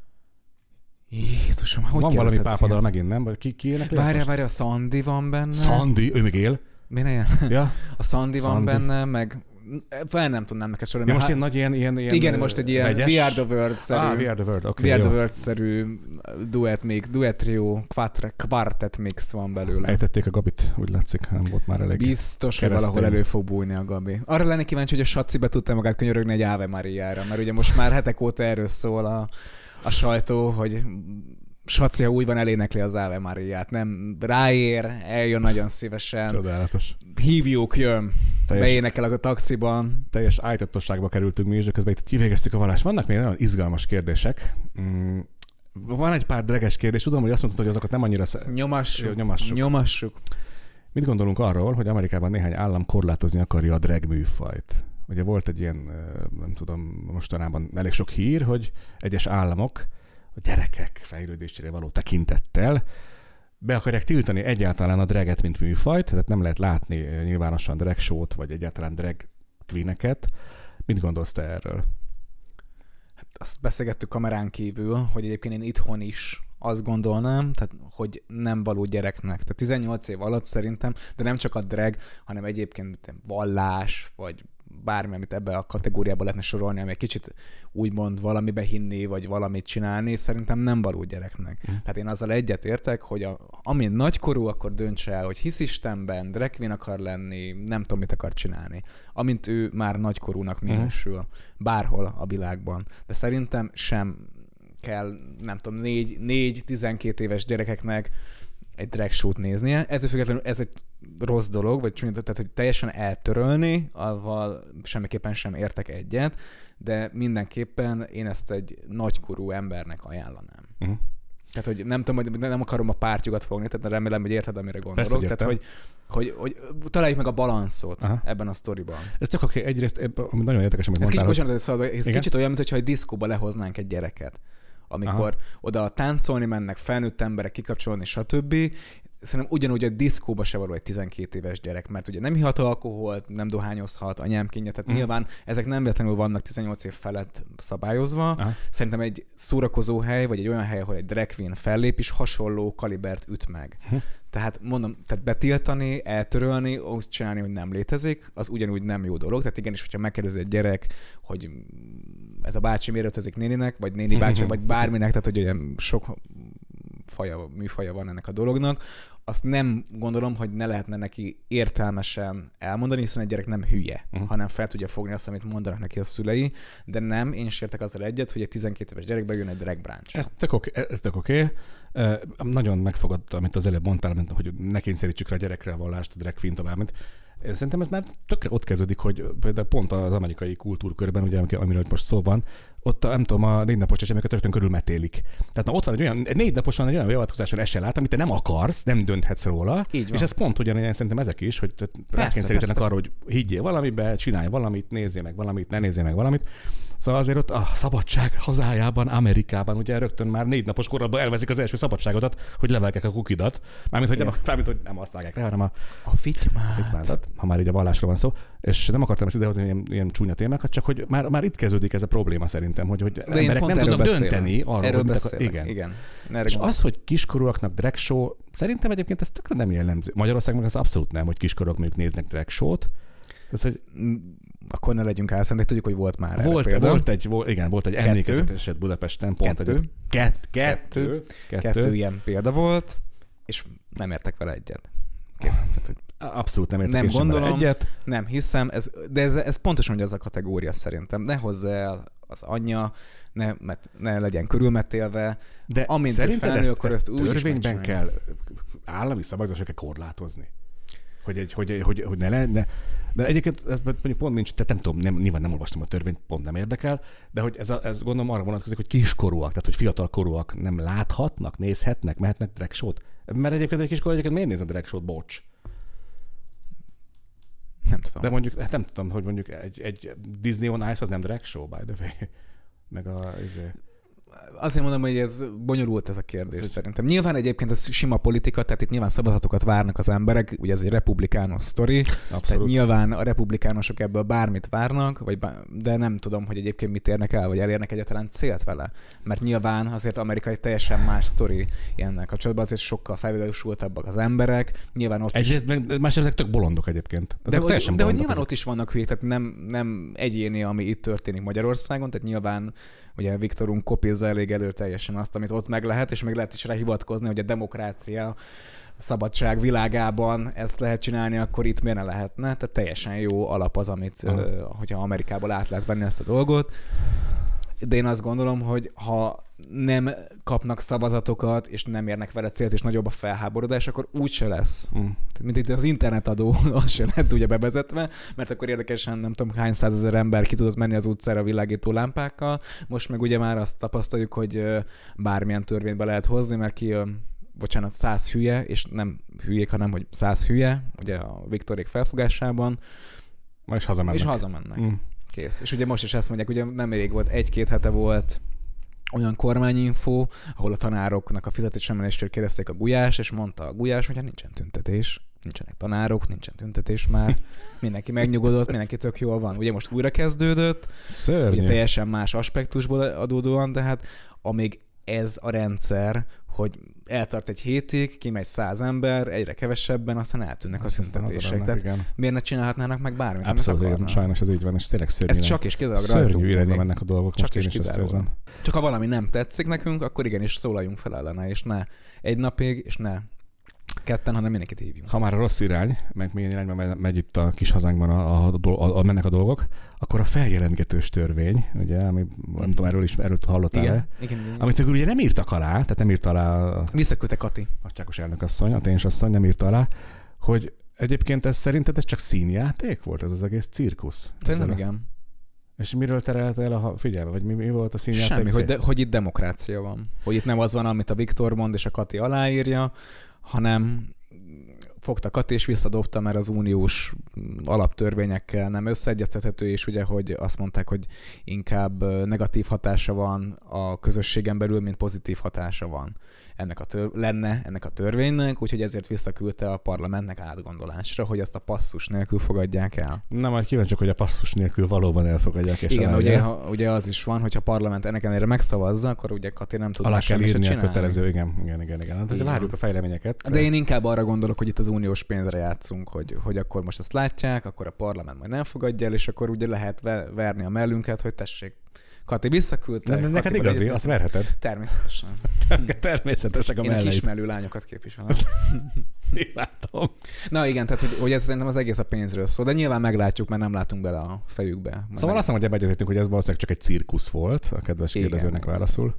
S3: Jézusom, hogy
S2: van valami pápadal megint, nem? Ki, ki énekli?
S3: Várja, várja, a Szandi van benne.
S2: Szandi? Ő még él?
S3: Mi ne?
S2: Ja.
S3: A Szandi van benne, meg fel nem tudnám neked sorolni.
S2: Ja, most ilyen nagy ilyen, ilyen, ilyen
S3: igen, most egy ilyen
S2: vegyes.
S3: We Are The World-szerű,
S2: ah, We Are The World, okay,
S3: We Are The World-szerű duett mix, duett trio, quartet mix van belőle.
S2: Ejtették a Gabit, úgy látszik, nem volt már elég.
S3: Biztos, hogy valahol elő fog bújni a Gabi. Arra lenni kíváncsi, hogy a Saci be tudta magát könyörögni egy Ave Mariára, mert ugye most már hetek óta erről szól a, a sajtó, hogy Saci, ha úgy van, elénekli az Ave Mariát. Nem ráér, eljön nagyon szívesen.
S2: Csodálatos.
S3: Hívjuk, jön. Teljes, beénekel a taxiban.
S2: Teljes ájtatosságba kerültünk mi is, de közben itt kivégeztük a vallást. Vannak még nagyon izgalmas kérdések. Mm, Van egy pár dreges kérdés, tudom, hogy azt mondtad, hogy azokat nem annyira... Sze...
S3: Nyomassuk,
S2: Jó, nyomassuk.
S3: nyomassuk.
S2: Mit gondolunk arról, hogy Amerikában néhány állam korlátozni akarja a drag műfajt? Ugye volt egy ilyen, nem tudom, mostanában elég sok hír, hogy egyes államok a gyerekek fejlődésére való tekintettel be akarják tiltani egyáltalán a draget, mint műfajt, tehát nem lehet látni nyilvánosan drag show-t, vagy egyáltalán drag queeneket. Mit gondolsz te erről?
S3: Hát azt beszélgettük kamerán kívül, hogy egyébként én itthon is azt gondolnám, tehát, hogy nem való gyereknek. Tehát tizennyolc év alatt szerintem, de nem csak a drag, hanem egyébként vallás, vagy bármi, amit ebbe a kategóriába lehetne sorolni, ami egy kicsit úgymond valamibe hinni, vagy valamit csinálni, szerintem nem való gyereknek. Mm. Tehát én azzal egyet értek, hogy a, ami nagykorú, akkor döntse el, hogy hisz Istenben, drag queen akar lenni, nem tudom, mit akar csinálni. Amint ő már nagykorúnak minősül, mm. bárhol a világban. De szerintem sem kell, nem tudom, négy, négy tizenkét éves gyerekeknek egy drag show-t néznie. Ezzel függetlenül ez egy rossz dolog, vagy csúnya, tehát hogy teljesen eltörölni, avval semmiképpen sem értek egyet, de mindenképpen én ezt egy nagykorú embernek ajánlanám. Uh-huh. Tehát, hogy nem tudom, hogy nem akarom a pártjukat fogni, tehát remélem, hogy érted, amire gondolok. Persze, tehát, hogy, hogy, hogy találjuk meg a balanszot Aha. ebben a sztoriban.
S2: Ez csak oké, egyrészt, ami nagyon érdekes, amit
S3: ez
S2: mondtál.
S3: Kicsit, hogy... bocsánat, ez Igen? kicsit olyan, mintha egy diszkóba lehoznánk egy gyereket. Amikor Aha. oda táncolni mennek, felnőtt emberek, kikapcsolni, stb. Szerintem ugyanúgy a diszkóba se való egy tizenkét éves gyerek, mert ugye nem ihat alkoholt, nem dohányozhat, anyám kínja, tehát mm. nyilván ezek nem véletlenül vannak tizennyolc év felett szabályozva. Aha. Szerintem egy szórakozó hely, vagy egy olyan hely, ahol egy drag queen fellép is hasonló kalibert üt meg. Hm. Tehát mondom, tehát betiltani, eltörölni, úgy csinálni, hogy nem létezik, az ugyanúgy nem jó dolog. Tehát igenis, hogyha megkérdezi egy gyerek, hogy ez a bácsi miért öltözik néninek, vagy néni bácsi, vagy bárminek, tehát hogy ugye sok faja, műfaja van ennek a dolognak, azt nem gondolom, hogy ne lehetne neki értelmesen elmondani, hiszen egy gyerek nem hülye, uh-huh. hanem fel tudja fogni azt, amit mondanak neki a szülei, de nem, én is értek azzal egyet, hogy egy tizenkét éves gyerekbe jön egy drag brunch. Ez tök
S2: oké. Ez tök oké. Uh, nagyon megfogad, amit az előbb mondtál, mint, hogy ne kényszerítsük rá a gyerekre a vallást, a drag queen tovább, mint én szerintem ez már tökre ott kezdődik, hogy például pont az amerikai kultúrkörben, ugye, amiről most szó van, ott a, nem tudom, a négy napos eseményeket rögtön körülmetélik. Tehát na, ott van egy olyan, egy négy naposan egy olyan beavatkozáson esel át, amit te nem akarsz, nem dönthetsz róla, és ez pont ugyanilyen szerintem ezek is, hogy rákényszerítenek arra, hogy higgyél valamibe, csinálj valamit, nézzél meg valamit, ne nézzél meg valamit. Szóval azért ott a szabadság hazájában, Amerikában ugye rögtön már négy napos korodban elveszik az első szabadságodat, hogy levelkek a kukidat. Mármint, hogy nem, mármint, hogy nem azt vágják rá, hanem a,
S3: a fitymát.
S2: Ha már így a vallásról van szó. És nem akartam ezt idehozni ilyen, ilyen csúnya témákat, csak hogy már, már itt kezdődik ez a probléma szerintem, hogy, hogy emberek nem tudnak dönteni arról,
S3: erről
S2: hogy
S3: beszélek.
S2: Igen.
S3: igen.
S2: És az, hogy kiskorúaknak drag show, szerintem egyébként ez tökre nem jellemző. Magyarországon az abszolút nem, hogy kiskorúak mondjuk néznek drag show-t. Ez, hogy
S3: akkor ne legyünk álszent, tudjuk, hogy volt már
S2: volt, volt egy, volt, igen, volt egy emlékezetes eset Budapesten. Pont
S3: kettő.
S2: Egy, kett, kettő,
S3: kettő. Kettő ilyen példa volt, és nem értek vele egyet. Kész. Tehát, hogy
S2: abszolút nem értek
S3: nem gondolom,
S2: egyet.
S3: Nem hiszem, ez, de ez, ez pontosan ugye az a kategória szerintem. Ne hozzá el az anyja, ne, met, ne legyen körülmetélve.
S2: De
S3: amint
S2: szerinted
S3: felnő,
S2: ezt,
S3: akkor
S2: ezt
S3: ezt
S2: törvényben kell, állami szabályozásra kell korlátozni? Hogy, egy, hogy, hogy, hogy ne lenne. De egyébként ez mondjuk pont nincs, tehát nem tudom, nem, nyilván nem olvastam a törvényt, pont nem érdekel, de hogy ez, a, ez gondolom arra vonatkozik, hogy kiskorúak, tehát hogy fiatalkorúak nem láthatnak, nézhetnek, mehetnek drag show-t. Mert egyébként egy kiskorú egyébként miért nézne drag show-t, bocs?
S3: Nem tudom.
S2: De mondjuk, hát nem tudom, hogy mondjuk egy, egy Disney on Ice az nem drag show, by the way. Meg a... Ezért...
S3: Azért mondom, hogy ez bonyolult ez a kérdés szerintem. Nyilván egyébként ez sima politika, tehát itt nyilván szavazatokat várnak az emberek, ugye ez egy republikánus sztori, Abszolút. Tehát nyilván a republikánusok ebből bármit várnak, vagy bár, de nem tudom, hogy egyébként mit érnek el, vagy elérnek egyáltalán célt vele. Mert nyilván azért Amerika egy teljesen más sztori ilyennel kapcsolatban, azért sokkal felvilágosultabbak az emberek. Nyilván ott
S2: Egyrészt,
S3: is...
S2: meg másrészt ezek tök bolondok egyébként.
S3: De, hogy, de hogy nyilván ezek. Ott is vannak hülyék, tehát nem, nem egyéni, ami itt történik Magyarországon, tehát nyilván ugye Viktorunk kopézza elég előteljesen azt, amit ott meg lehet, és meg lehet is rá hivatkozni, hogy a demokrácia, szabadság világában ezt lehet csinálni, akkor itt miért ne lehetne? Tehát teljesen jó alap az, amit, uh, hogyha Amerikából át lehet venni ezt a dolgot. de én azt gondolom, hogy ha nem kapnak szavazatokat, és nem érnek vele célt, és nagyobb a felháborodás, akkor úgyse lesz. Mm. Mint itt az internetadó, az se lett ugye bevezetve, mert akkor érdekesen nem tudom hány százezer ember ki tudott menni az utcára világító lámpákkal. Most meg ugye már azt tapasztaljuk, hogy bármilyen törvényt be lehet hozni, mert ki, bocsánat, száz hülye, és nem hülyék, hanem hogy száz hülye, ugye a Viktorék felfogásában.
S2: És hazamennek.
S3: És hazamennek. Mm. Kész. És ugye most is ezt mondják, ugye nem elég volt, egy-két hete volt olyan kormányinfó, ahol a tanároknak a fizetésemelésről kérdezték a Gulyás, és mondta a Gulyás, hogy hát nincsen tüntetés, nincsenek tanárok, nincsen tüntetés már, mindenki megnyugodott, mindenki tök jól van. Ugye most újra kezdődött,
S2: Szörnyű.
S3: Ugye teljesen más aspektusból adódóan, de hát amíg ez a rendszer, hogy eltart egy hétig, kimegy száz ember, egyre kevesebben, aztán eltűnnek
S2: Azt
S3: a tüntetések. Tehát
S2: igen.
S3: miért ne csinálhatnának meg bármit,
S2: Abszolút,
S3: amit akarnak?
S2: sajnos ez így van, és tényleg szörnyű.
S3: Ez csak és kizárólag
S2: Szörnyű irányba mennek a dolgok,
S3: csak
S2: most én
S3: és
S2: is ezt érzem.
S3: Csak ha valami nem tetszik nekünk, akkor igenis szólaljunk fel ellene, és ne egy napig, és ne ketten, hanem mindenkit hívjunk.
S2: Ha már a rossz irány, meg milyen irányba megy itt a kis hazánkban a, a, a, a, mennek a dolgok, akkor a feljelentgetős törvény, ugye, ami nem tudom, erről is erről hallottál
S3: igen,
S2: el,
S3: igen, igen, igen.
S2: amit ugye nem írtak alá, tehát nem írt alá a
S3: Visszaküldte Kati.
S2: Nagyságos elnökasszony, a ténsasszony nem írta alá, hogy egyébként ez szerinted ez csak színjáték volt, ez az egész cirkusz?
S3: Szerintem igen.
S2: És miről terelt el a figyelme, vagy mi, mi volt a színjáték?
S3: Semmi, hogy, de, hogy itt demokrácia van. Hogy itt nem az van, amit a Viktor mond, és a Kati aláírja, hanem fogta Kati és visszadobta, mert az uniós alaptörvényekkel nem összeegyeztethető, és ugye, hogy azt mondták, hogy inkább negatív hatása van a közösségen belül, mint pozitív hatása van ennek a tör- lenne ennek a törvénynek, úgyhogy ezért visszaküldte a parlamentnek átgondolásra, hogy ezt a passzus nélkül fogadják el.
S2: Na, majd kíváncsiak, hogy a passzus nélkül valóban elfogadják. És
S3: igen, ugye, ha, ugye az is van, hogyha a parlament ennek ellenére megszavazza, akkor ugye Kati nem tud
S2: alá kell írni a kötelező, igen, igen, igen. igen. Hát, várjuk a fejleményeket.
S3: De én inkább arra gondolok, hogy itt az uniós pénzre játszunk, hogy, hogy akkor most ezt látják, akkor a parlament majd nem fogadja el, és akkor ugye lehet verni a mellünket, hogy tessék, Kati visszaküldte.
S2: Nem, neked igazi, azt verheted.
S3: Természetesen.
S2: Természetesek a
S3: melleit. Én a kismelő lányokat képviselem.
S2: Látom.
S3: Na igen, tehát hogy, hogy ez szerintem az egész a pénzről szól, de nyilván meglátjuk, mert nem látunk bele a fejükbe.
S2: Szóval meg... azt mondom, hogy ebbe egyetértünk, hogy ez valószínűleg csak egy cirkusz volt, a kedves kérdezőnek válaszul.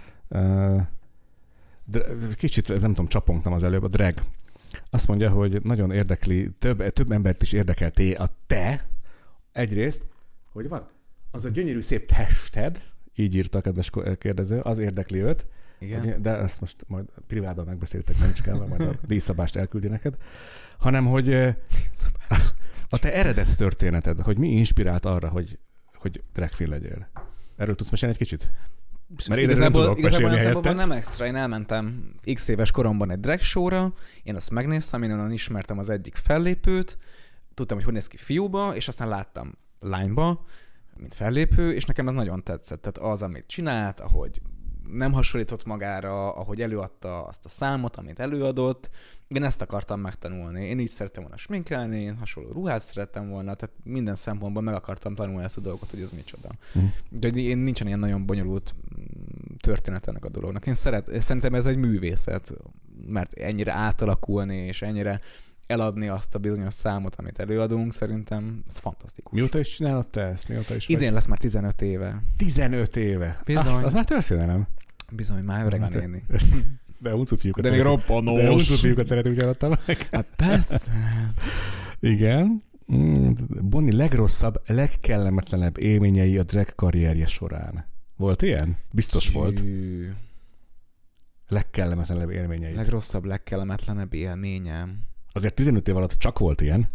S2: De kicsit, nem tudom, csapongtam az előbb, a drag. Azt mondja, hogy nagyon érdekli, több, több embert is érdekelté a te, egyrészt, hogy van, az a gyönyörű szép tested, így írta a kedves kérdező, az érdekli őt, igen. De ezt most majd privátban megbeszéltek, nem csak majd a díjszabást elküldi neked, hanem hogy a te eredet történeted, hogy mi inspirált arra, hogy, hogy dragfin legyél. Erről tudsz mesélni egy kicsit?
S3: Mert én igazából, nem tudok igazából mesélni nem extra, én elmentem x éves koromban egy drag show-ra, én azt megnéztem, én onnan ismertem az egyik fellépőt, tudtam, hogy hogy néz ki fiúba, és aztán láttam lányba, mint fellépő, és nekem ez nagyon tetszett. Tehát az, amit csinált, ahogy nem hasonlított magára, ahogy előadta azt a számot, amit előadott, én ezt akartam megtanulni. Én így szerettem volna sminkelni, én hasonló ruhát szerettem volna, tehát minden szempontból meg akartam tanulni ezt a dolgot, hogy ez micsoda. Mm. De én nincsen ilyen nagyon bonyolult történet ennek a dolognak. Én szeret, szerintem ez egy művészet, mert ennyire átalakulni, és ennyire eladni azt a bizonyos számot, amit előadunk, szerintem ez fantasztikus.
S2: Mióta is csinálod te ezt? Mióta is
S3: Idén vagy? Lesz már tizenöt éve.
S2: tizenöt éve?
S3: Bizony.
S2: Azt, az már történelem.
S3: Bizony, már öreg a néni.
S2: De uncut fiúkat
S3: De még roppanos.
S2: De uncut fiúkat szeretünk, hogy eladtam meg.
S3: Hát persze.
S2: Igen. Mm, Bonnie legrosszabb, legkellemetlenebb élményei a drag karrierje során. Volt ilyen? Biztos Csű. Volt. Legkellemetlenebb élményei.
S3: Legrosszabb, legkellemetlenebb élményem.
S2: Azért tizenöt év alatt csak volt ilyen.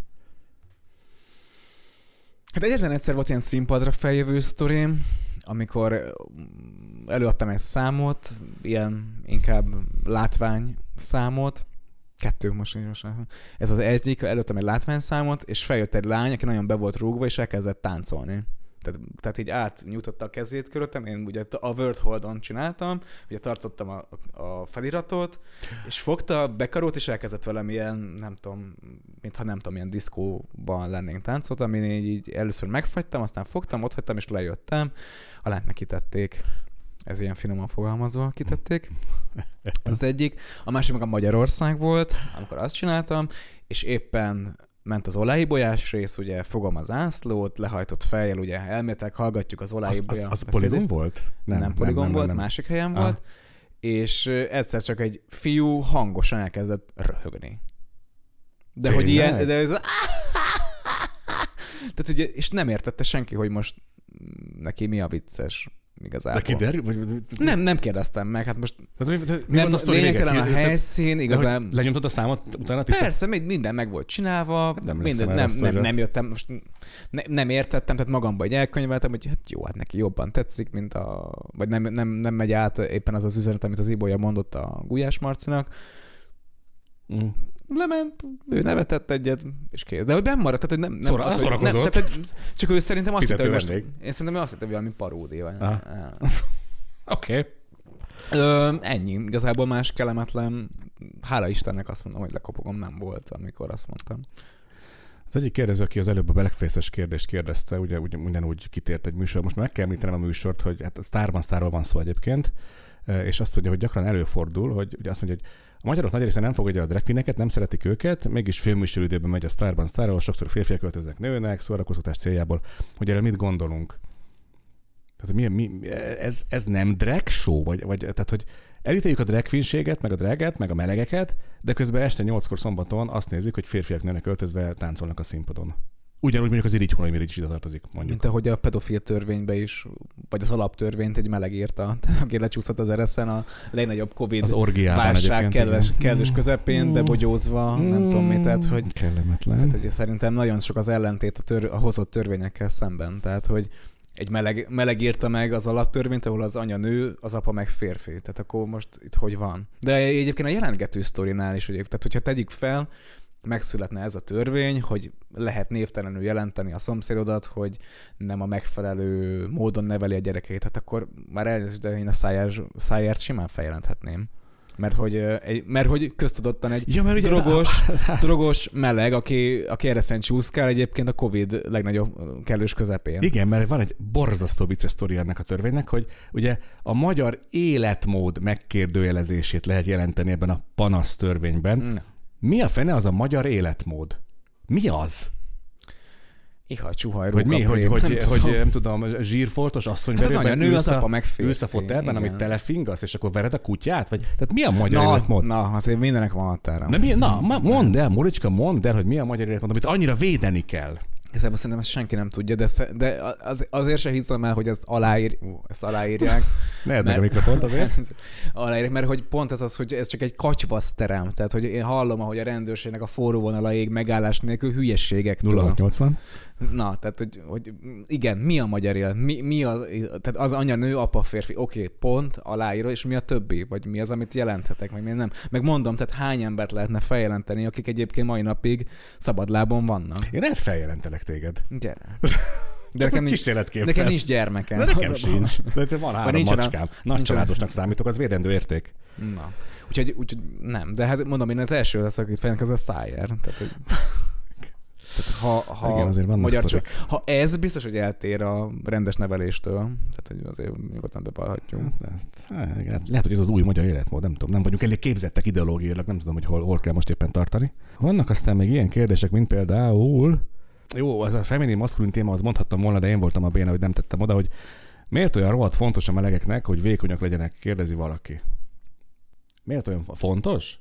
S3: Hát egyetlen egyszer volt ilyen színpadra feljövő sztorim, amikor előadtam egy számot, ilyen inkább látvány számot, kettő most most. Ez az egyik, előadtam egy látványszámot, és feljött egy lány, aki nagyon be volt rúgva, és elkezdett táncolni. Tehát, tehát így átnyújtotta a kezét körülöttem, én ugye a Word Hold-on csináltam, ugye tartottam a, a feliratot, és fogta, bekarolt, és elkezdett velem ilyen, nem tudom, mintha nem tudom, ilyen diszkóban lennénk táncoltam, én így, így először megfagytam, aztán fogtam, otthagytam, és lejöttem, a lányt meg kitették. Ez ilyen finoman fogalmazva kitették. Az egyik. A másik meg a Magyarország volt, amikor azt csináltam, és éppen ment az oláibolyás rész, ugye fogom az zászlót, lehajtott fejjel, ugye elméletek, hallgatjuk az oláibolya.
S2: Az, az, az poligon volt?
S3: Nem, nem poligon nem, nem, volt, nem, nem. Másik helyen ah. volt, és egyszer csak egy fiú hangosan elkezdett röhögni. De Tényleg? Hogy ilyen, de ez tehát ugye, és nem értette senki, hogy most neki mi a vicces igazából. De kiderül? Vagy... Nem, nem kérdeztem meg, hát most
S2: de, de,
S3: nem, lényegtelen a helyszín, igazán...
S2: Lenyomtad a számot utána?
S3: Persze, minden meg volt csinálva, nem, minden, nem, nem, nem jöttem, most ne, nem értettem, tehát magamba egy elkönyveltem, hogy hát jó, hát neki jobban tetszik, mint a... Vagy nem, nem, nem megy át éppen az az üzenet, amit az Ibolya mondott a Gulyás Marcinak. Mm. Lement, ő nevetett egyet, és kész. De hogy benn maradt, tehát hogy nem... nem
S2: Szóra, az, nem
S3: tehát, hogy csak ő szerintem azt hitte, hogy most... Én szerintem ő azt hitte, hogy valami paródia.
S2: Oké.
S3: Okay. Ennyi. Igazából más kellemetlen, hála Istennek azt mondom, hogy lekopogom nem volt, amikor azt mondtam.
S2: Az egyik kérdező, aki az előbb a Blackface-es kérdést kérdezte, ugye, ugye ugyanúgy kitért egy műsor. Most meg kell említenem a műsort, hogy hát a Sztárban Sztárról van szó egyébként, és azt mondja, hogy gyakran előfordul, hogy ugye azt mondja, hogy a magyarok nagy része nem fogadja a drag queeneket, nem szeretik őket, mégis főműsoridőben megy a Sztárban Sztárról, sokszor férfiak költöznek nőnek, szórakoztatás céljából, hogy erre mit gondolunk. Tehát mi, mi, ez, ez nem drag show? Vagy, vagy, tehát, hogy elítéljük a drag queenséget, meg a draget, meg a melegeket, de közben este nyolckor szombaton azt nézik, hogy férfiak nőnek költözve táncolnak a színpadon. Ugyanúgy mondjuk az irigyhonai mirigy is ide tartozik, mondjuk.
S3: Mint ahogy a pedofil törvénybe is, vagy az alaptörvényt egy meleg írta, aki lecsúszott az ereszen a legnagyobb Covid válság kellős, kellős közepén, mm. bebogyózva, mm. nem tudom mi, tehát hogy, tehát, hogy szerintem nagyon sok az ellentét a, tör, a hozott törvényekkel szemben, tehát hogy egy meleg, meleg írta meg az alaptörvényt, ahol az anya nő, az apa meg férfi. Tehát akkor most itt hogy van? De egyébként a jelentgető sztorinál is, ugye, tehát hogyha tegyük fel, megszületne ez a törvény, hogy lehet névtelenül jelenteni a szomszédodat, hogy nem a megfelelő módon neveli a gyerekeit, hát akkor már elnézést, de én a szájár, szájárt simán feljelenthetném. Mert hogy, mert hogy köztudottan egy ja, ugye, drogos, drogos meleg, aki, aki erre szent csúszkál egyébként a Covid legnagyobb kellős közepén.
S2: Igen, mert van egy borzasztó vicces sztori ennek a törvénynek, hogy ugye a magyar életmód megkérdőjelezését lehet jelenteni ebben a panasz törvényben. Na. Mi a fene az a magyar életmód? Mi az?
S3: Iha, csuhajró,
S2: hogy mi, hogy, hogy, nem, hogy, hogy nem tudom, zsírfoltos asszonyverőben
S3: hát ülsz, a, ülsz
S2: a fotelben, amit telefingasz, és akkor vered a kutyát? Vagy, tehát mi a magyar
S3: na,
S2: életmód?
S3: Na, azért mindenek van határa.
S2: Na, mi, na mondd el, Moricska, mondd el, hogy mi a magyar életmód, amit annyira védeni kell.
S3: Igazából szerintem ezt senki nem tudja, de, de az, azért sem hiszem el, hogy ezt, aláír, ezt aláírják.
S2: Ne edd meg a mikrofont azért.
S3: Aláírják, mert hogy pont ez az, hogy ez csak egy katyvaszterem. Tehát, hogy én hallom, ahogy a rendőrségnek a forró vonala ég megállás nélkül hülyességektől.
S2: nulla hat nyolcvan
S3: Na, tehát, hogy, hogy igen, mi a magyar élet? Mi, mi az, tehát az anya, nő, apa, férfi, oké, okay, pont, aláíró, és mi a többi? Vagy mi az, amit jelenthetek, meg mi nem? Meg mondom, tehát hány embert lehetne feljelenteni, akik egyébként mai napig szabadlábon vannak?
S2: Én lehet feljelentelek téged.
S3: Gyere. De nekem nincs, nekem nincs gyermekem.
S2: De nekem sincs. De van három nincsen macskám. A, Nagy családosnak számítok, az védendő érték.
S3: Na. Úgyhogy, úgyhogy nem. De hát mondom, én az első lesz, akit fejlek, az a Szájer. Tehát, hogy... Tehát ha, ha,
S2: igen, azért magyar csak,
S3: ha ez biztos, hogy eltér a rendes neveléstől, tehát hogy azért nyugodtan bepalhatjuk.
S2: Hát, lehet, hogy ez az új magyar életmód, nem tudom, nem vagyunk elég képzettek ideológiailag, nem tudom, hogy hol, hol kell most éppen tartani. Vannak aztán még ilyen kérdések, mint például, jó, az a feminin maszkulin téma, az mondhattam volna, de én voltam a béna, hogy nem tettem oda, hogy miért olyan rohadt fontos a melegeknek, hogy vékonyak legyenek, kérdezi valaki. Miért olyan fontos?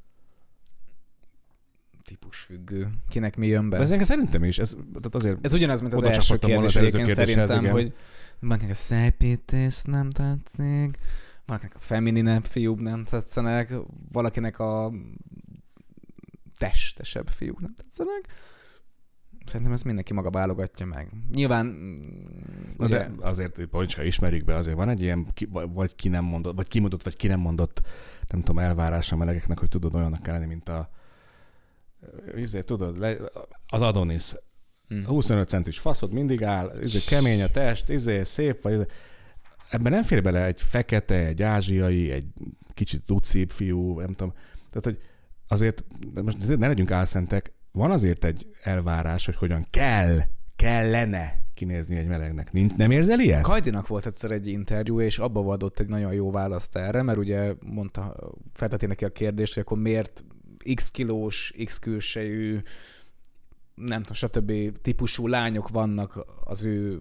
S3: Típusfüggő. Kinek mi jön be?
S2: Ez szerintem is. Ez, tehát azért
S3: ez ugyanaz, mint az első kérdés egyébként szerintem, hogy valakinek a szépítés nem tetszik, valakinek a femininebb fiúk nem tetszenek, valakinek a testesebb fiúk nem tetszenek. Szerintem ezt mindenki maga válogatja meg. Nyilván...
S2: Na ugye... De azért, Poncska, ismerjük be, azért van egy ilyen, ki, vagy ki nem mondott, vagy kimondott, vagy ki nem mondott, nem tudom, elvárása melegeknek, hogy tudod, olyannak kell lenni, mint a izé, tudod, le, az Adonis. Hmm. huszonöt centis faszod mindig áll, izé, kemény a test, izé, szép vagy. Izé. Ebben nem fér bele egy fekete, egy ázsiai, egy kicsit tucibb fiú, nem tudom. Tehát, hogy azért, most ne legyünk álszentek, van azért egy elvárás, hogy hogyan kell, kellene kinézni egy melegnek. Nem érzel ilyet?
S3: Kajdinak volt egyszer egy interjú, és abba adott egy nagyon jó választ erre, mert ugye mondta, feltették neki a kérdést, hogy akkor miért X kilós, X külsejű nem tudom, stb. Típusú lányok vannak az ő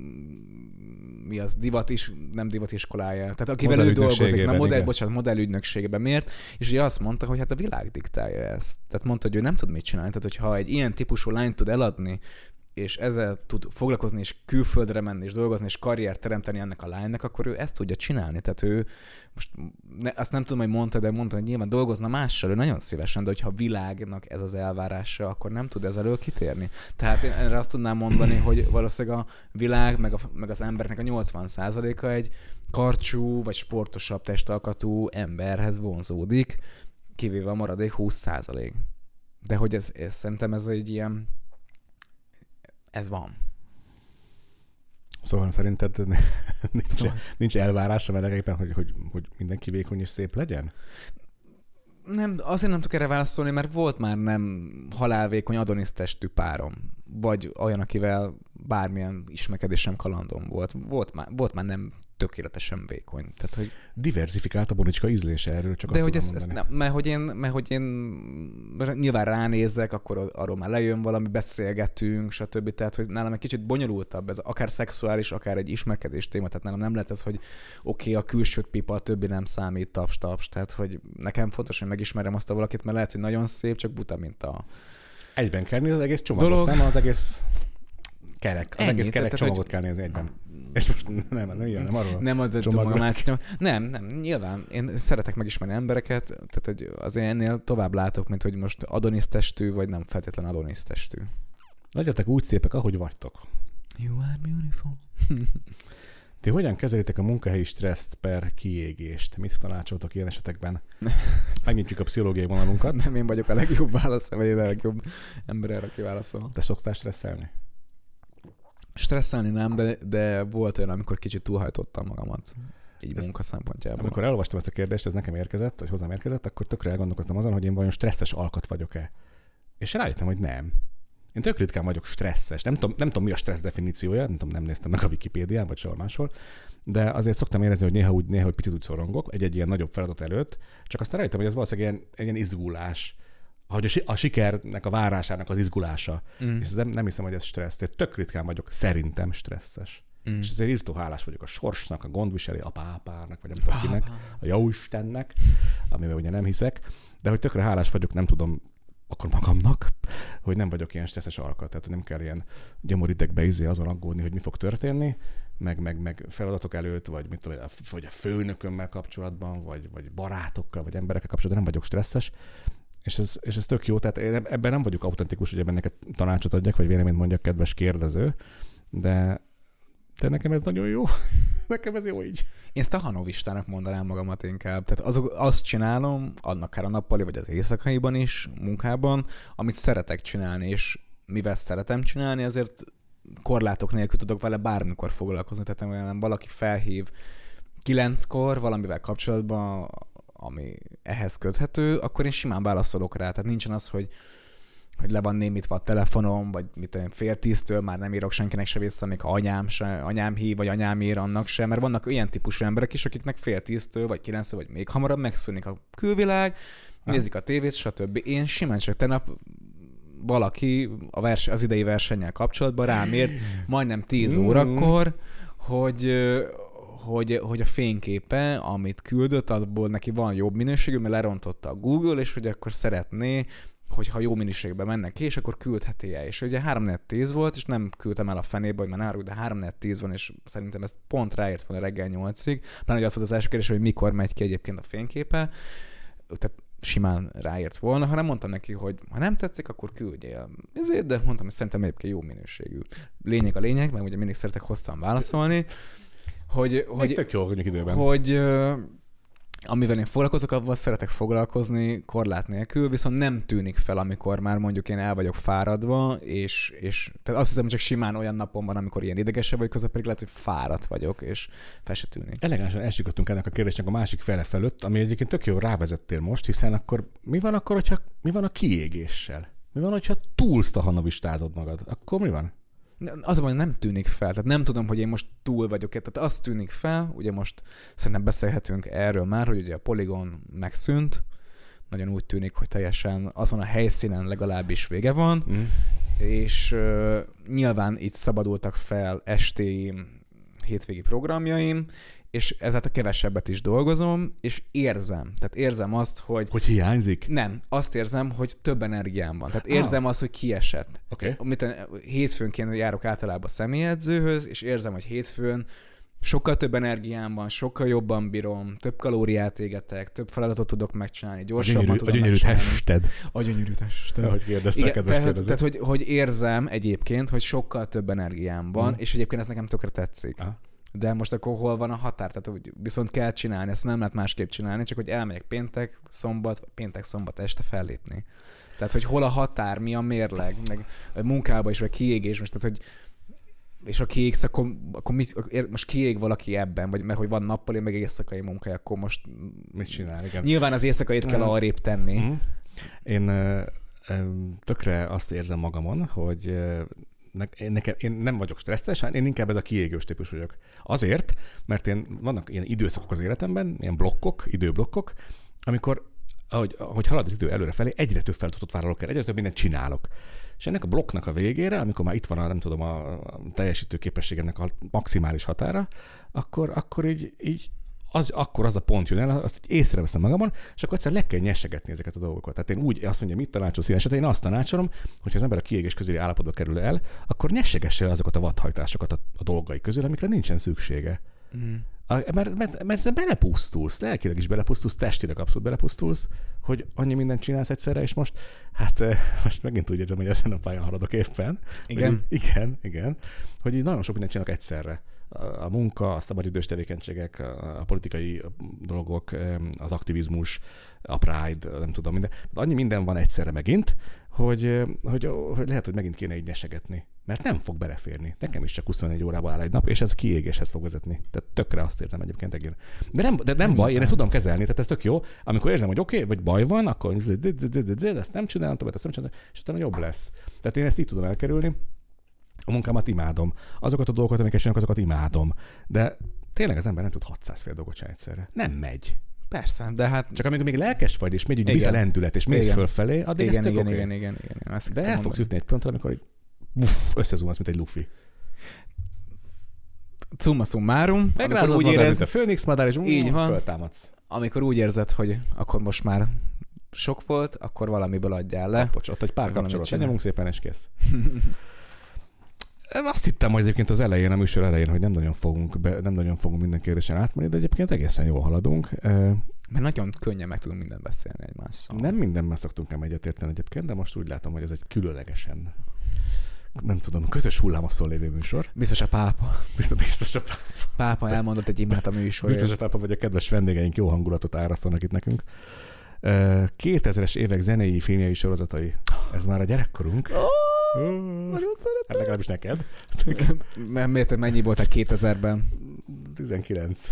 S3: mi az, divat is, nem divatiskolája. Tehát akivel ő dolgozik, na modell, bocsánat, modellügynökségében. Miért? És ugye azt mondta, hogy hát a világ diktálja ezt. Tehát mondta, hogy ő nem tud mit csinálni. Tehát hogyha egy ilyen típusú lányt tud eladni, és ezzel tud foglalkozni, és külföldre menni, és dolgozni, és karriert teremteni ennek a lánynak, akkor ő ezt tudja csinálni. Tehát ő, most ne, azt nem tudom, hogy mondta, de mondta, hogy nyilván dolgozna mással, ő nagyon szívesen, de hogyha a világnak ez az elvárása, akkor nem tud ezzel kitérni. Tehát én erre azt tudnám mondani, hogy valószínűleg a világ, meg, a, meg az embernek a nyolcvan százaléka egy karcsú, vagy sportosabb testalkatú emberhez vonzódik, kivéve a maradék húsz százalék. De hogy ez, ez szerintem ez egy ilyen ez van.
S2: Szóval szerinted nincs, szóval... nincs elvárás a melegekben, hogy, hogy, hogy mindenki vékony és szép legyen?
S3: Nem, azért nem tudok erre válaszolni, mert volt már nem halálvékony Adonis testű párom. Vagy olyan, akivel bármilyen ismerkedésem kalandom volt. Volt már, volt már nem tökéletesen vékony. Tehát, hogy...
S2: Diversifikált a Bonicska ízlése, erről csak
S3: de
S2: azt
S3: hogy
S2: tudom
S3: ez,
S2: mondani.
S3: Ez, mert, hogy én, mert hogy én nyilván ránézek, akkor arról már lejön valami, beszélgetünk, stb. Tehát, hogy nálam egy kicsit bonyolultabb ez, akár szexuális, akár egy ismerkedés téma. Tehát nálam nem lehet ez, hogy oké, okay, a külsőt pipa, a többi nem számít, taps, taps. Tehát, hogy nekem fontos, hogy megismerjem azt a valakit, mert lehet, hogy nagyon szép, csak buta, mint a...
S2: Egyben kell nézni az egész csomagot, dolog. Nem az egész kerek. Az Ennyi, egész kerek tehát, csomagot hogy... kell nézni egyben. És most nem, nem, nem, nem arról
S3: nem az csomag. Nem, nem, nyilván. Én szeretek megismerni embereket, tehát hogy azért ennél tovább látok, mint hogy most Adonis testű, vagy nem feltétlen Adonis testű.
S2: Legyetek úgy szépek, ahogy vagytok.
S3: You are beautiful.
S2: Ti hogyan kezelitek a munkahelyi stresszt per kiégést? Mit tanácsoltok ilyen esetekben? Megnyitjuk a pszichológiai vonalunkat.
S3: Nem én vagyok a legjobb válasz, vagy a legjobb ember erre, aki válaszol.
S2: Te szoktál stresszelni?
S3: Stresszelni nem, de, de volt olyan, amikor kicsit túlhajtottam magamat. Így ez munka szempontjából.
S2: Amikor elolvastam ezt a kérdést, ez nekem érkezett, vagy hozzám érkezett, akkor tökre elgondolkoztam azon, hogy én vajon stresszes alkat vagyok-e. És rájöttem, hogy nem. Én tök ritkán vagyok stresszes. Nem tudom, nem tudom, mi a stressz definíciója, nem tudom, nem néztem meg a Wikipédián, vagy sehol máshol, de azért szoktam érezni, hogy néha úgy, néha úgy picit úgy szorongok egy-egy ilyen nagyobb feladat előtt, csak aztán rájöttem, hogy ez valószínűleg ilyen, egy ilyen izgulás, hogy a sikernek, a várásának az izgulása. Mm. És nem, nem hiszem, hogy ez stressz. Én tök ritkán vagyok szerintem stresszes. Mm. És ezért írtó hálás vagyok a sorsnak, a gondviseli, a pápának, vagy nem tudom kinek, a Jóistennek, amivel ugye nem hiszek, de hogy tökre hálás vagyok, nem tudom, akkor magamnak, hogy nem vagyok ilyen stresszes alkat, tehát nem kell ilyen gyomoridegbe izé azon aggódni, hogy mi fog történni, meg, meg, meg feladatok előtt, vagy, mit tudom, vagy a főnökömmel kapcsolatban, vagy, vagy barátokkal, vagy emberekkel kapcsolatban nem vagyok stresszes, és ez, és ez tök jó, tehát én ebben nem vagyok autentikus, hogy ebben neked tanácsot adjak, vagy véleményt mondjak, kedves kérdező, de, de nekem ez nagyon jó. Nekem ez jó így.
S3: Én stahanovistának mondanám magamat inkább. Tehát azok, azt csinálom, annak akár a nappali, vagy az éjszakaiban is, munkában, amit szeretek csinálni, és mivel szeretem csinálni, ezért korlátok nélkül tudok vele bármikor foglalkozni. Tehát nem valaki felhív kilenckor valamivel kapcsolatban, ami ehhez köthető, akkor én simán válaszolok rá. Tehát nincsen az, hogy hogy le van némítva a telefonom, vagy mit tudom, fél tíztől már nem írok senkinek se vissza, még ha anyám, se, anyám hív, vagy anyám ír, annak se, mert vannak olyan típusú emberek is, akiknek fél tíztől, vagy kilenctől, vagy még hamarabb megszűnik a külvilág, ha. nézik a tévét, stb. Én simán csak tegnap valaki a vers, az idei versennyel kapcsolatban rám írt majdnem tíz órakor, hogy Hogy, hogy a fényképe, amit küldött, abból neki van jobb minőségű, mert lerontotta a Google, és hogy akkor szeretné, hogyha jó minőségben mennek ki, és akkor küldheti el. És ugye három negyven tíz volt, és nem küldtem el a fenébe, hogy már náruk, de három negyven tíz van, és szerintem ez pont ráért volna reggel nyolcig. Pláne, hogy az volt az első kérdés, hogy mikor megy ki egyébként a fényképe. Tehát simán ráért volna, hanem mondtam neki, hogy ha nem tetszik, akkor küldjél. Ezért, de mondtam, hogy szerintem egyébként jó minőségű. Lényeg a lényeg, mert ugye mindig szeretek hosszan válaszolni, hogy, hogy,
S2: tök jó, hogy időben.
S3: hogy uh, amivel én foglalkozok, avval szeretek foglalkozni korlát nélkül, viszont nem tűnik fel, amikor már mondjuk én el vagyok fáradva, és, és tehát azt hiszem, hogy csak simán olyan napon van, amikor ilyen idegesebb vagyok, közben pedig lehet, hogy fáradt vagyok, és fel se tűnik.
S2: Elegánsan elsikottunk ennek a kérdésnek a másik fele felett, ami egyébként tök jó rávezettél most, hiszen akkor mi van akkor, hogyha mi van a kiégéssel? Mi van, hogyha túl stahanovistázod magad? Akkor mi van?
S3: Az hogy nem tűnik fel, tehát nem tudom, hogy én most túl vagyok, tehát az tűnik fel, ugye most szerintem beszélhetünk erről már, hogy ugye a Polygon megszűnt, nagyon úgy tűnik, hogy teljesen azon a helyszínen legalábbis vége van, mm. és uh, nyilván itt szabadultak fel esti hétvégi programjaim, és ezáltal kevesebbet is dolgozom, és érzem, tehát érzem azt, hogy...
S2: Hogy hiányzik?
S3: Nem, azt érzem, hogy több energiám van. Tehát érzem ah. azt, hogy kiesett.
S2: Okay.
S3: Hétfőnként járok általában személyedzőhöz, és érzem, hogy hétfőn sokkal több energiám van, sokkal jobban bírom, több kalóriát égetek, több feladatot tudok megcsinálni, gyorsabban tudom megcsinálni.
S2: A gyönyörű tested.
S3: A gyönyörű tested.
S2: Ahogy kérdezte a kedves
S3: kérdező. Tehát, hogy, hogy érzem egyébként, hogy sokkal több energiám van, hmm. és egyébként ez nekem tökre tetszik. Ah. De most akkor hol van a határ? Tehát viszont kell csinálni, ezt nem lehet másképp csinálni, csak hogy elmegyek péntek, szombat, vagy péntek-szombat este fellépni. Tehát, hogy hol a határ, mi a mérleg, meg a munkában is, vagy kiégés, most, tehát, hogy és ha kiégsz, akkor, akkor mi, most kiég valaki ebben, vagy mert hogy van nappali, meg éjszakai munkája, akkor most
S2: mit csinál? Igen.
S3: Nyilván az éjszakait kell arrébb tenni. Mm.
S2: Én ö, ö, tökre azt érzem magamon, hogy Én, nekem, én nem vagyok stresszes, én inkább ez a kiégős típus vagyok. Azért, mert én, vannak ilyen időszakok az életemben, ilyen blokkok, időblokkok, amikor, ahogy, ahogy halad az idő előrefelé, egyre több feladatot vállalok el, egyre több mindent csinálok. És ennek a blokknak a végére, amikor már itt van a, nem tudom, a teljesítő képességemnek a maximális határa, akkor, akkor így, így az, akkor az a pont jön el, azt észreveszem magamon, és akkor egyszer le kell nyessegetni ezeket a dolgokat. Tehát én úgy azt mondja, mit tanácsol szívesen, én azt tanácsolom, hogyha az ember a kiégés közeli állapotba kerül el, akkor nyessegesse el azokat a vadhajtásokat a, a dolgai közül, amikre nincsen szüksége. Mm. A, mert, mert, mert belepusztulsz, lelkileg is belepusztulsz, testileg abszolút belepusztulsz, hogy annyi mindent csinálsz egyszerre, és most, hát most megint úgy érzem, hogy ezen a pályán haladok éppen.
S3: Igen?
S2: Hogy, igen, igen. Hogy így nagyon sok mindent csinálok egyszerre. A munka, a szabadidős tevékenységek, a politikai dolgok, az aktivizmus, a Pride, nem tudom, minden. Annyi minden van egyszerre megint, hogy, hogy, hogy lehet, hogy megint kéne így nesegetni. Mert nem fog beleférni. Nekem is csak huszonegy órában áll egy nap, és ez kiégéshez fog vezetni. Tehát tökre azt érzem egyébként egén. De nem, de nem baj, én ezt tudom kezelni, tehát ez tök jó. Amikor érzem, hogy oké, okay, vagy baj van, akkor ezt nem csinálom, tovább ezt nem csinálom, és utána jobb lesz. Tehát én ezt így tudom elkerülni. A munkámat imádom. Azokat a dolgokat, amiket csinálok, azokat imádom. De tényleg az ember nem tud hatszázféle dolgot csinálni egyszerre. Nem megy.
S3: Persze, de hát...
S2: Csak amikor még lelkes vagy, és megy, úgy visz a lendület, és mész fölfelé, addig
S3: igen,
S2: ez tök
S3: igen,
S2: okay.
S3: igen, igen, igen, igen.
S2: De el fogsz jutni egy pontra, amikor így összezúmasz, mint egy lufi.
S3: Summa summarum.
S2: Megrázod úgy magad, mint a főnix madár, és így van. Föltámadsz.
S3: Amikor úgy érzed, hogy akkor most már sok volt, akkor valamiből adjál le.
S2: Bocs, ott egy pár kapcsolat. Nyomunk szépen, és kész. Azt hittem, hogy egyébként az elején, a műsor elején, hogy nem nagyon fogunk, be, nem nagyon fogunk minden kérdésen átmenni, de egyébként egészen jól haladunk.
S3: Mert nagyon könnyen meg tudunk mindent beszélni egymással.
S2: Nem mindenben szoktunk ám egyetérteni egyébként, de most úgy látom, hogy ez egy különlegesen, nem tudom, közös hullámoszon lévő műsor.
S3: Biztos a pápa.
S2: Biztos, biztos a pápa.
S3: Pápa elmondott egy imát a műsorért.
S2: Biztos a pápa, vagy a kedves vendégeink jó hangulatot árasztanak itt nekünk. kétezres évek zenei filmjei sorozatai. Ez már a gyerekkorunk.
S3: Oh, uh, nagyon szeretem.
S2: Hát legalábbis neked.
S3: Miért, mennyi voltál kétezerben?
S2: tizenkilenc.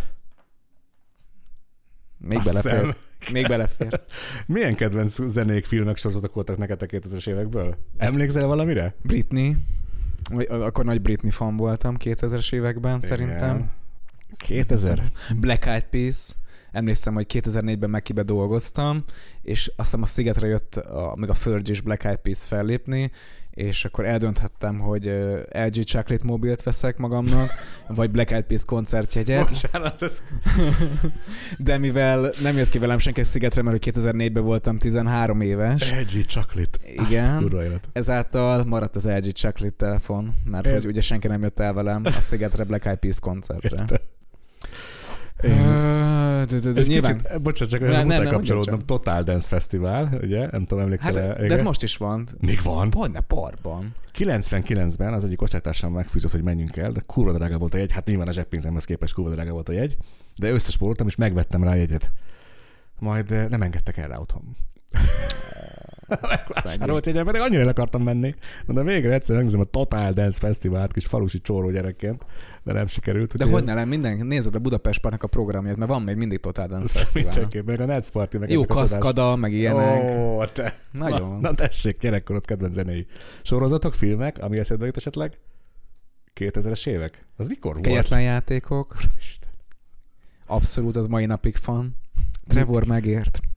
S3: Még Azt belefér. Szem. Még belefér.
S2: Milyen kedvenc zenék, filmek, sorozatok voltak neked a kétezres évekből? Emlékszel valamire?
S3: Britney. Akkor nagy Britney fan voltam kétezres években, igen. Szerintem.
S2: kétezer?
S3: Black Eyed Peas. Emlékszem, hogy kétezer-négyben Mekibe dolgoztam, és azt hiszem a Szigetre jött a, még a Fergie és Black Eyed Peas fellépni, és akkor eldönthettem, hogy el gé Chocolate mobilt veszek magamnak, vagy Black Eyed Peas koncertjegyet.
S2: Bocsánat, ez...
S3: De mivel nem jött ki velem senki Szigetre, mert kétezer-négyben voltam tizenhárom éves.
S2: el gé Chocolate.
S3: Igen. Ezáltal maradt az el gé Chocolate telefon, mert Ért. hogy ugye senki nem jött el velem a Szigetre Black Eyed Peas koncertre. Érte. Uh, de, de, de nyilván...
S2: Kicsit, bocsánat, csak ne, muszáj kapcsolódnom. Total Dance Festival, ugye? Nem tudom, emlékszel
S3: hát,
S2: el.
S3: De ez most is van.
S2: Még van?
S3: Hogyne, parban.
S2: kilencvenkilencben az egyik osztálytársam megfűzött, hogy menjünk el, de kurva drága volt a jegy. Hát nyilván a zseppénzemhez képest kurva drága volt a jegy, de összespóroltam, és megvettem rá a jegyet. Majd nem engedtek el rá otthon. Megvásárolt jegyet, pedig annyira el akartam menni. De végre egyszer megnézem a Total Dance Fesztivált kis falusi csóró gyerekként, de nem sikerült.
S3: De hogy ez... ne nem, minden, nézed a Budapest Parknak a programját, mert van még mindig Total Dance Fesztivál.
S2: Mindenképp, meg a Netz Party, meg
S3: jó kaszkada, meg ilyenek.
S2: Ó, te.
S3: Nagyon.
S2: Na, na tessék, gyerekkorod kedvenc zenei sorozatok, filmek, ami eszedbe jut esetleg? kétezres évek? Az mikor volt?
S3: Kegyetlen játékok. Abszolút, az mai napig fan. Trevor megért.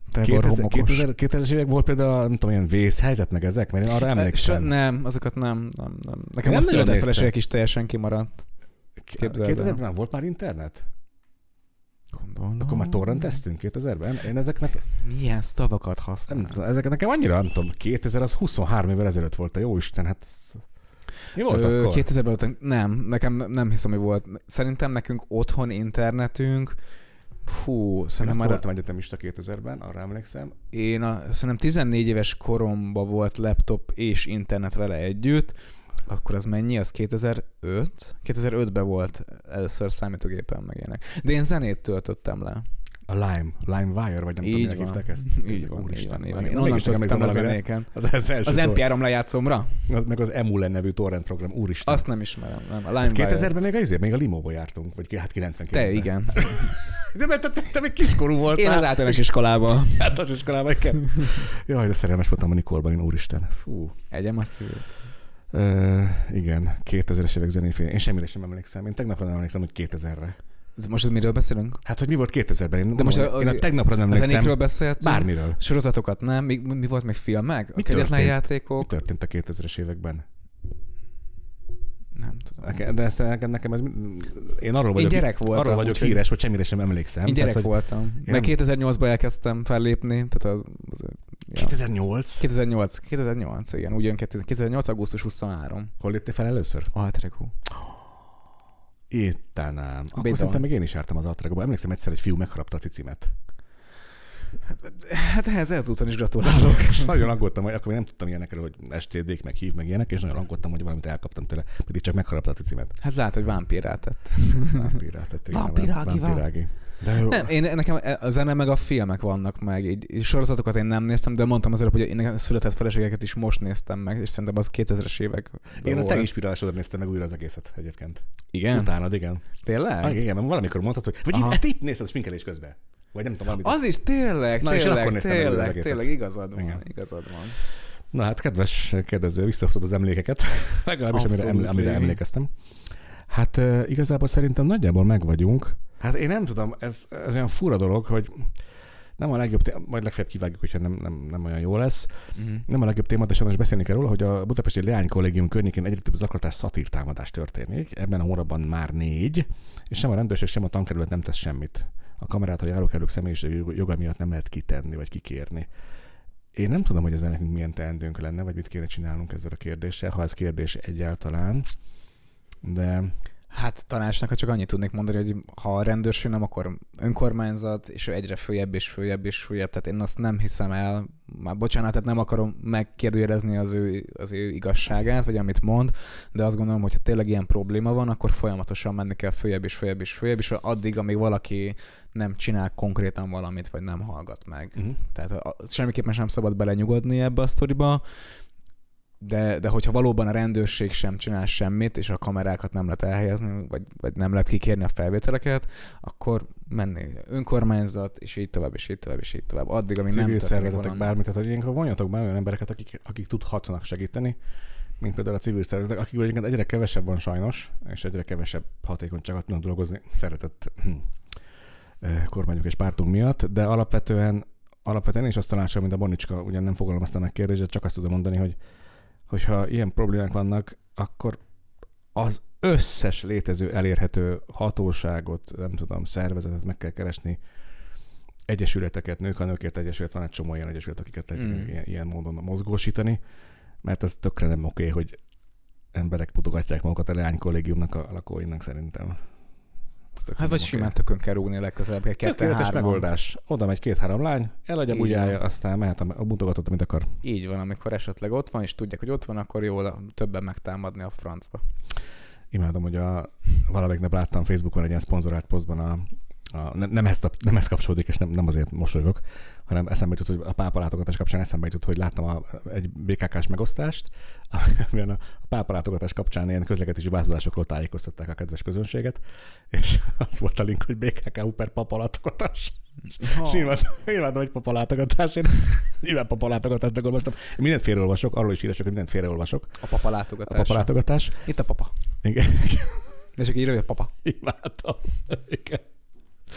S2: kétezres évek volt például, nem tudom, ilyen vészhelyzet meg ezek, mert én arra emlékszem.
S3: Nem, azokat nem. nem, nem. Nekem a született feleségek is teljesen kimaradt.
S2: kétezerben nem volt már internet?
S3: Gondolom.
S2: Akkor már torrenteztünk kétezerben? Én ezeknek...
S3: Milyen szavakat használsz?
S2: Ezek nekem annyira, nem tudom, kétezer az huszonhárom évvel ezelőtt volt, a jó Isten, hát... Mi volt Ö, akkor?
S3: kétezerben volt, nem, nekem nem hiszem, hogy volt. Szerintem nekünk otthon internetünk, fú, szerintem
S2: már...
S3: Én
S2: voltam egyetemista kétezerben, arra emlékszem.
S3: Én a, szerintem tizennégy éves koromban volt laptop és internet vele együtt, akkor az mennyi? Az kétezer-öt? kétezer-ötben volt először számítógépen meg ilyenek. De én zenét töltöttem le.
S2: A Lime, LimeWire, vagy nem
S3: így
S2: tudom, minek hívták ezt.
S3: Így van, Úristen, így van. Én onnan töltöttem a zenéken.
S2: Az, az,
S3: az em pé három lejátszomra?
S2: Az, meg az Emule nevű torrent program, úristen.
S3: Azt nem ismerem, nem. A LimeWire.
S2: kétezerben még azért, még a Limóba jártunk, vagy hát kilencvenkilencben.
S3: Te, igen.
S2: De mert te, te, te még kiskorú voltál.
S3: Én az általános iskolában.
S2: Általános iskolában, igen. Jaj, de szerelmes voltam a Nikolban, én úristen. Fú.
S3: Egyem a szívét.
S2: Uh, igen, kétezres évek zenéfél. Én semmire sem emlékszem. Én tegnapra nem emlékszem, hogy kétezerre.
S3: Most az miről beszélünk?
S2: Hát, hogy mi volt kétezerben. Én,
S3: De most
S2: a, én a tegnapra nem emlékszem.
S3: A zenékről beszéltünk?
S2: Bármiről.
S3: Sorozatokat nem? Mi, mi volt még filmek?
S2: Mi
S3: a kegyetlen játékok?
S2: Mi történt a kétezres években?
S3: Nem tudom.
S2: De ezt nekem ez... Én arról vagyok,
S3: én gyerek voltam,
S2: arról vagyok híres, hogy semmire sem emlékszem.
S3: Én gyerek
S2: tehát,
S3: voltam. Meg kétezer-nyolcban elkezdtem fellépni. Tehát az, az,
S2: ja. kétezer-nyolc?
S3: kétezer-nyolc. kétezer-nyolc, igen. Ugyan kétezer-nyolc. augusztus huszonharmadika.
S2: Hol léptél fel először?
S3: Altrego.
S2: Éttenám. Akkor szerintem még én is jártam az Altrego-ba. Emlékszem egyszer, egy fiú megharapta a cicimet.
S3: Hát, hát ehhez ezúton is gratulálok.
S2: És nagyon aggódtam, hogy akkor nem tudtam ilyenekről, hogy es té dé-k, meg hív, meg ilyenek, és nagyon aggódtam, hogy valamit elkaptam tőle, pedig csak megharapta a cicimet.
S3: Hát lát, hogy vámpírrá tett.
S2: Vámpírrá tett.
S3: Vámpirági, vámpirági.
S2: De jó.
S3: Nem, én, nekem a zene meg a filmek vannak meg. Így, sorozatokat én nem néztem, de mondtam azért, hogy én született feleségeket is most néztem meg, és szerintem az kétezres évek.
S2: Én a te inspirálásodra néztem meg újra az egészet egyébként.
S3: Igen?
S2: Utánad, igen.
S3: Tényleg?
S2: Ah, igen, mert valamikor mondtad, hogy vagy itt, itt nézted a sminkelés közben. Vagy nem tudom, valamit.
S3: Az is tényleg,
S2: Na,
S3: tényleg, tényleg, tényleg, igazad van, igen. igazad van.
S2: Na hát, kedves kérdező, visszahoztad az emlékeket, legalábbis amire, eml- amire emlékeztem. Hát uh, igazából szerintem nagyjából megvagyunk. Hát én nem tudom, ez, ez olyan fura dolog, hogy nem a legjobb téma, majd legfeljebb kivágjuk, hogyha nem, nem, nem olyan jó lesz. Uh-huh. Nem a legjobb téma, de sajnos beszélni kell róla, hogy a Budapesti Leány Kollégium környékén egyre több zaklatás, szatírtámadás történik. Ebben a hónapban már négy, és sem a rendőrség, sem a tankerület nem tesz semmit. A kamerát a járókelők személyiség joga miatt nem lehet kitenni, vagy kikérni. Én nem tudom, hogy ezzel nekünk milyen teendőnk lenne, vagy mit kéne csinálnunk ezzel a kérdéssel, ha ez kérdés egyáltalán. De...
S3: Hát tanácsnak csak annyit tudnék mondani, hogy ha a rendőrség nem, akkor önkormányzat, és egyre följebb és följebb és följebb. Tehát én azt nem hiszem el, már bocsánat, tehát nem akarom megkérdőjelezni az ő, az ő igazságát, vagy amit mond, de azt gondolom, hogy ha tényleg ilyen probléma van, akkor folyamatosan menni kell följebb és följebb és följebb, és addig, amíg valaki nem csinál konkrétan valamit, vagy nem hallgat meg. Uh-huh. Tehát semmiképpen sem szabad belenyugodni ebbe a sztoriba, De, de hogyha valóban a rendőrség sem csinál semmit, és a kamerákat nem lehet elhelyezni, vagy, vagy nem lehet kikérni a felvételeket, akkor menni önkormányzat, és így tovább, és így tovább, és így tovább. Addig, amíg nem történik
S2: szervezetek bármit, tehát hogy ilyenkor vonjatok be olyan embereket, akik, akik tudhatnak segíteni, mint például a civil szervezetek, akik egyébként egyre kevesebb van sajnos, és egyre kevesebb hatékonyságot tudnak dolgozni szeretett hm, kormányok és pártunk miatt, de alapvetően, alapvetően én is azt tanácsolom, mint a Bonicska, ugyan nem fogalmaztam meg kérdést, csak azt tudom mondani, hogy hogyha ilyen problémák vannak, akkor az összes létező, elérhető hatóságot, nem tudom, szervezetet meg kell keresni, egyesületeket, Nők a Nőkért Egyesület, van egy csomó ilyen egyesület, akiket lehet mm. ilyen, ilyen módon mozgósítani, mert ez tökre nem oké, hogy emberek mutogatják magukat a Leány Kollégiumnak a lakóinak szerintem.
S3: Hát vagy simán tökön kell rúgni legközelebb, egy kettő
S2: Tökéletes megoldás. Oda megy két-három lány, eladja, bugyálja, aztán mehet a mutogatott, amit akar.
S3: Így van, amikor esetleg ott van, és tudják, hogy ott van, akkor jól többen megtámadni a francba.
S2: Imádom, hogy a, valamelyik nap láttam Facebookon egy ilyen szponzorált posztban a A, nem, nem, ezt a, nem ez kapcsolódik, és nem, nem azért mosolygok, hanem eszembe jutott, hogy a pápa látogatás kapcsán eszembe jutott, hogy láttam a, egy bé ká ká-s megosztást, amiben a, a pápa látogatás kapcsán ilyen közlekedési változásokról tájékoztatták a kedves közönséget, és az volt a link, hogy bé ká ká per papa látogatás. És nyilván, hogy papa látogatás, én nyilván papa látogatást olvastam. Mindent félreolvasok, arról is írások, hogy mindent félreolvasok.
S3: A papa látogatás.
S2: A papa látogatás.
S3: Itt a papa.
S2: Igen.
S3: És akkor írja, hogy a papa.
S2: Imádtam. Igen.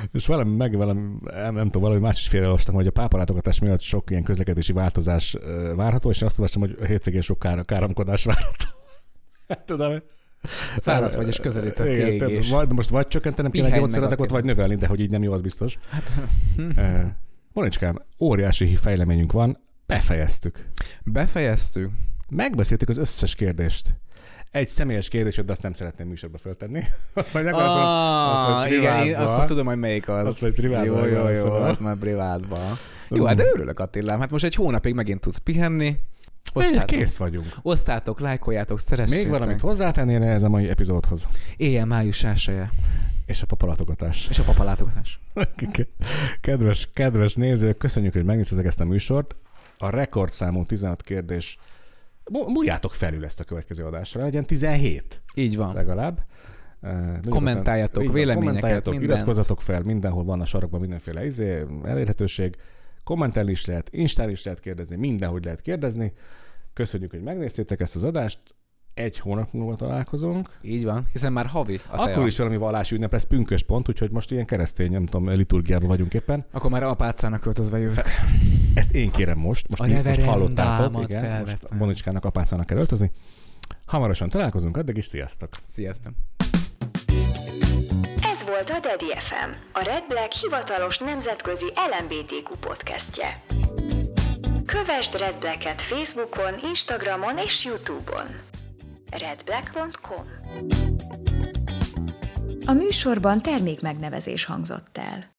S2: És valami, meg valami, nem, nem tudom, valami más is félreolvastam, hogy a pápalátogatás miatt sok ilyen közlekedési változás uh, várható, és azt olvastam, hogy a hétvégén sok kár, káromkodás várható. Tudom,
S3: fáradt vagy, és közelít a kiégés.
S2: Vagy, most vagy csökkentenem kéne gyógyszeredeket, vagy növelni, de hogy így nem jó, az biztos. Hát, uh, Monicskám, óriási fejleményünk van, befejeztük.
S3: Befejeztük?
S2: Megbeszéltük az összes kérdést. Egy személyes kérdés, de azt nem szeretném műsorba föltenni. Azt majd megválaszolom.
S3: Ah, igen, én akkor tudom, hogy melyik az.
S2: Azt majd privátban.
S3: Jó, jó, jó, azt már privátban. Jó, hát de örülök, Attilám. Hát most egy hónapig megint tudsz pihenni.
S2: Osztátok. Kész vagyunk.
S3: Osztátok, lájkoljátok, szeressétek.
S2: Még valamit hozzátennél ez a mai epizódhoz?
S3: Éjjel május elsője.
S2: És a papalátogatás.
S3: És a papalátogatás.
S2: Kedves, kedves nézők, köszönjük, hogy megnéztetek ezt a műsort. A rekordszámú tizenhat kérdés. Múljátok felül ezt a következő adásra, legyen tizenhét.
S3: Így van.
S2: Legalább.
S3: Kommentáljatok, uh, véleményeket,
S2: kommentáljatok, iratkozzatok fel, mindenhol van a sarokban mindenféle izé, elérhetőség. Kommentelni is lehet, Instán is lehet kérdezni, mindenhogy lehet kérdezni. Köszönjük, hogy megnéztétek ezt az adást. Egy hónap múlva találkozunk.
S3: Így van, hiszen már havi a
S2: Akkor tea. Is valami vallási ünnep lesz, pünkös pont, úgyhogy most ilyen keresztény, nem tudom, liturgiában vagyunk éppen.
S3: Akkor már apácának költözve jövök. Fe...
S2: Ezt én kérem most. Most, így, most hallottátok. Igen, most Monicskának apácának kell öltözni. Hamarosan találkozunk, addig is sziasztok.
S3: Sziasztok.
S1: Ez volt a Daddy ef em, a Red Black hivatalos nemzetközi el em bé té kú podcastje. Kövesd Red Blacket Facebookon, Instagramon és YouTube-on. redblack pont com. A műsorban termékmegnevezés hangzott el.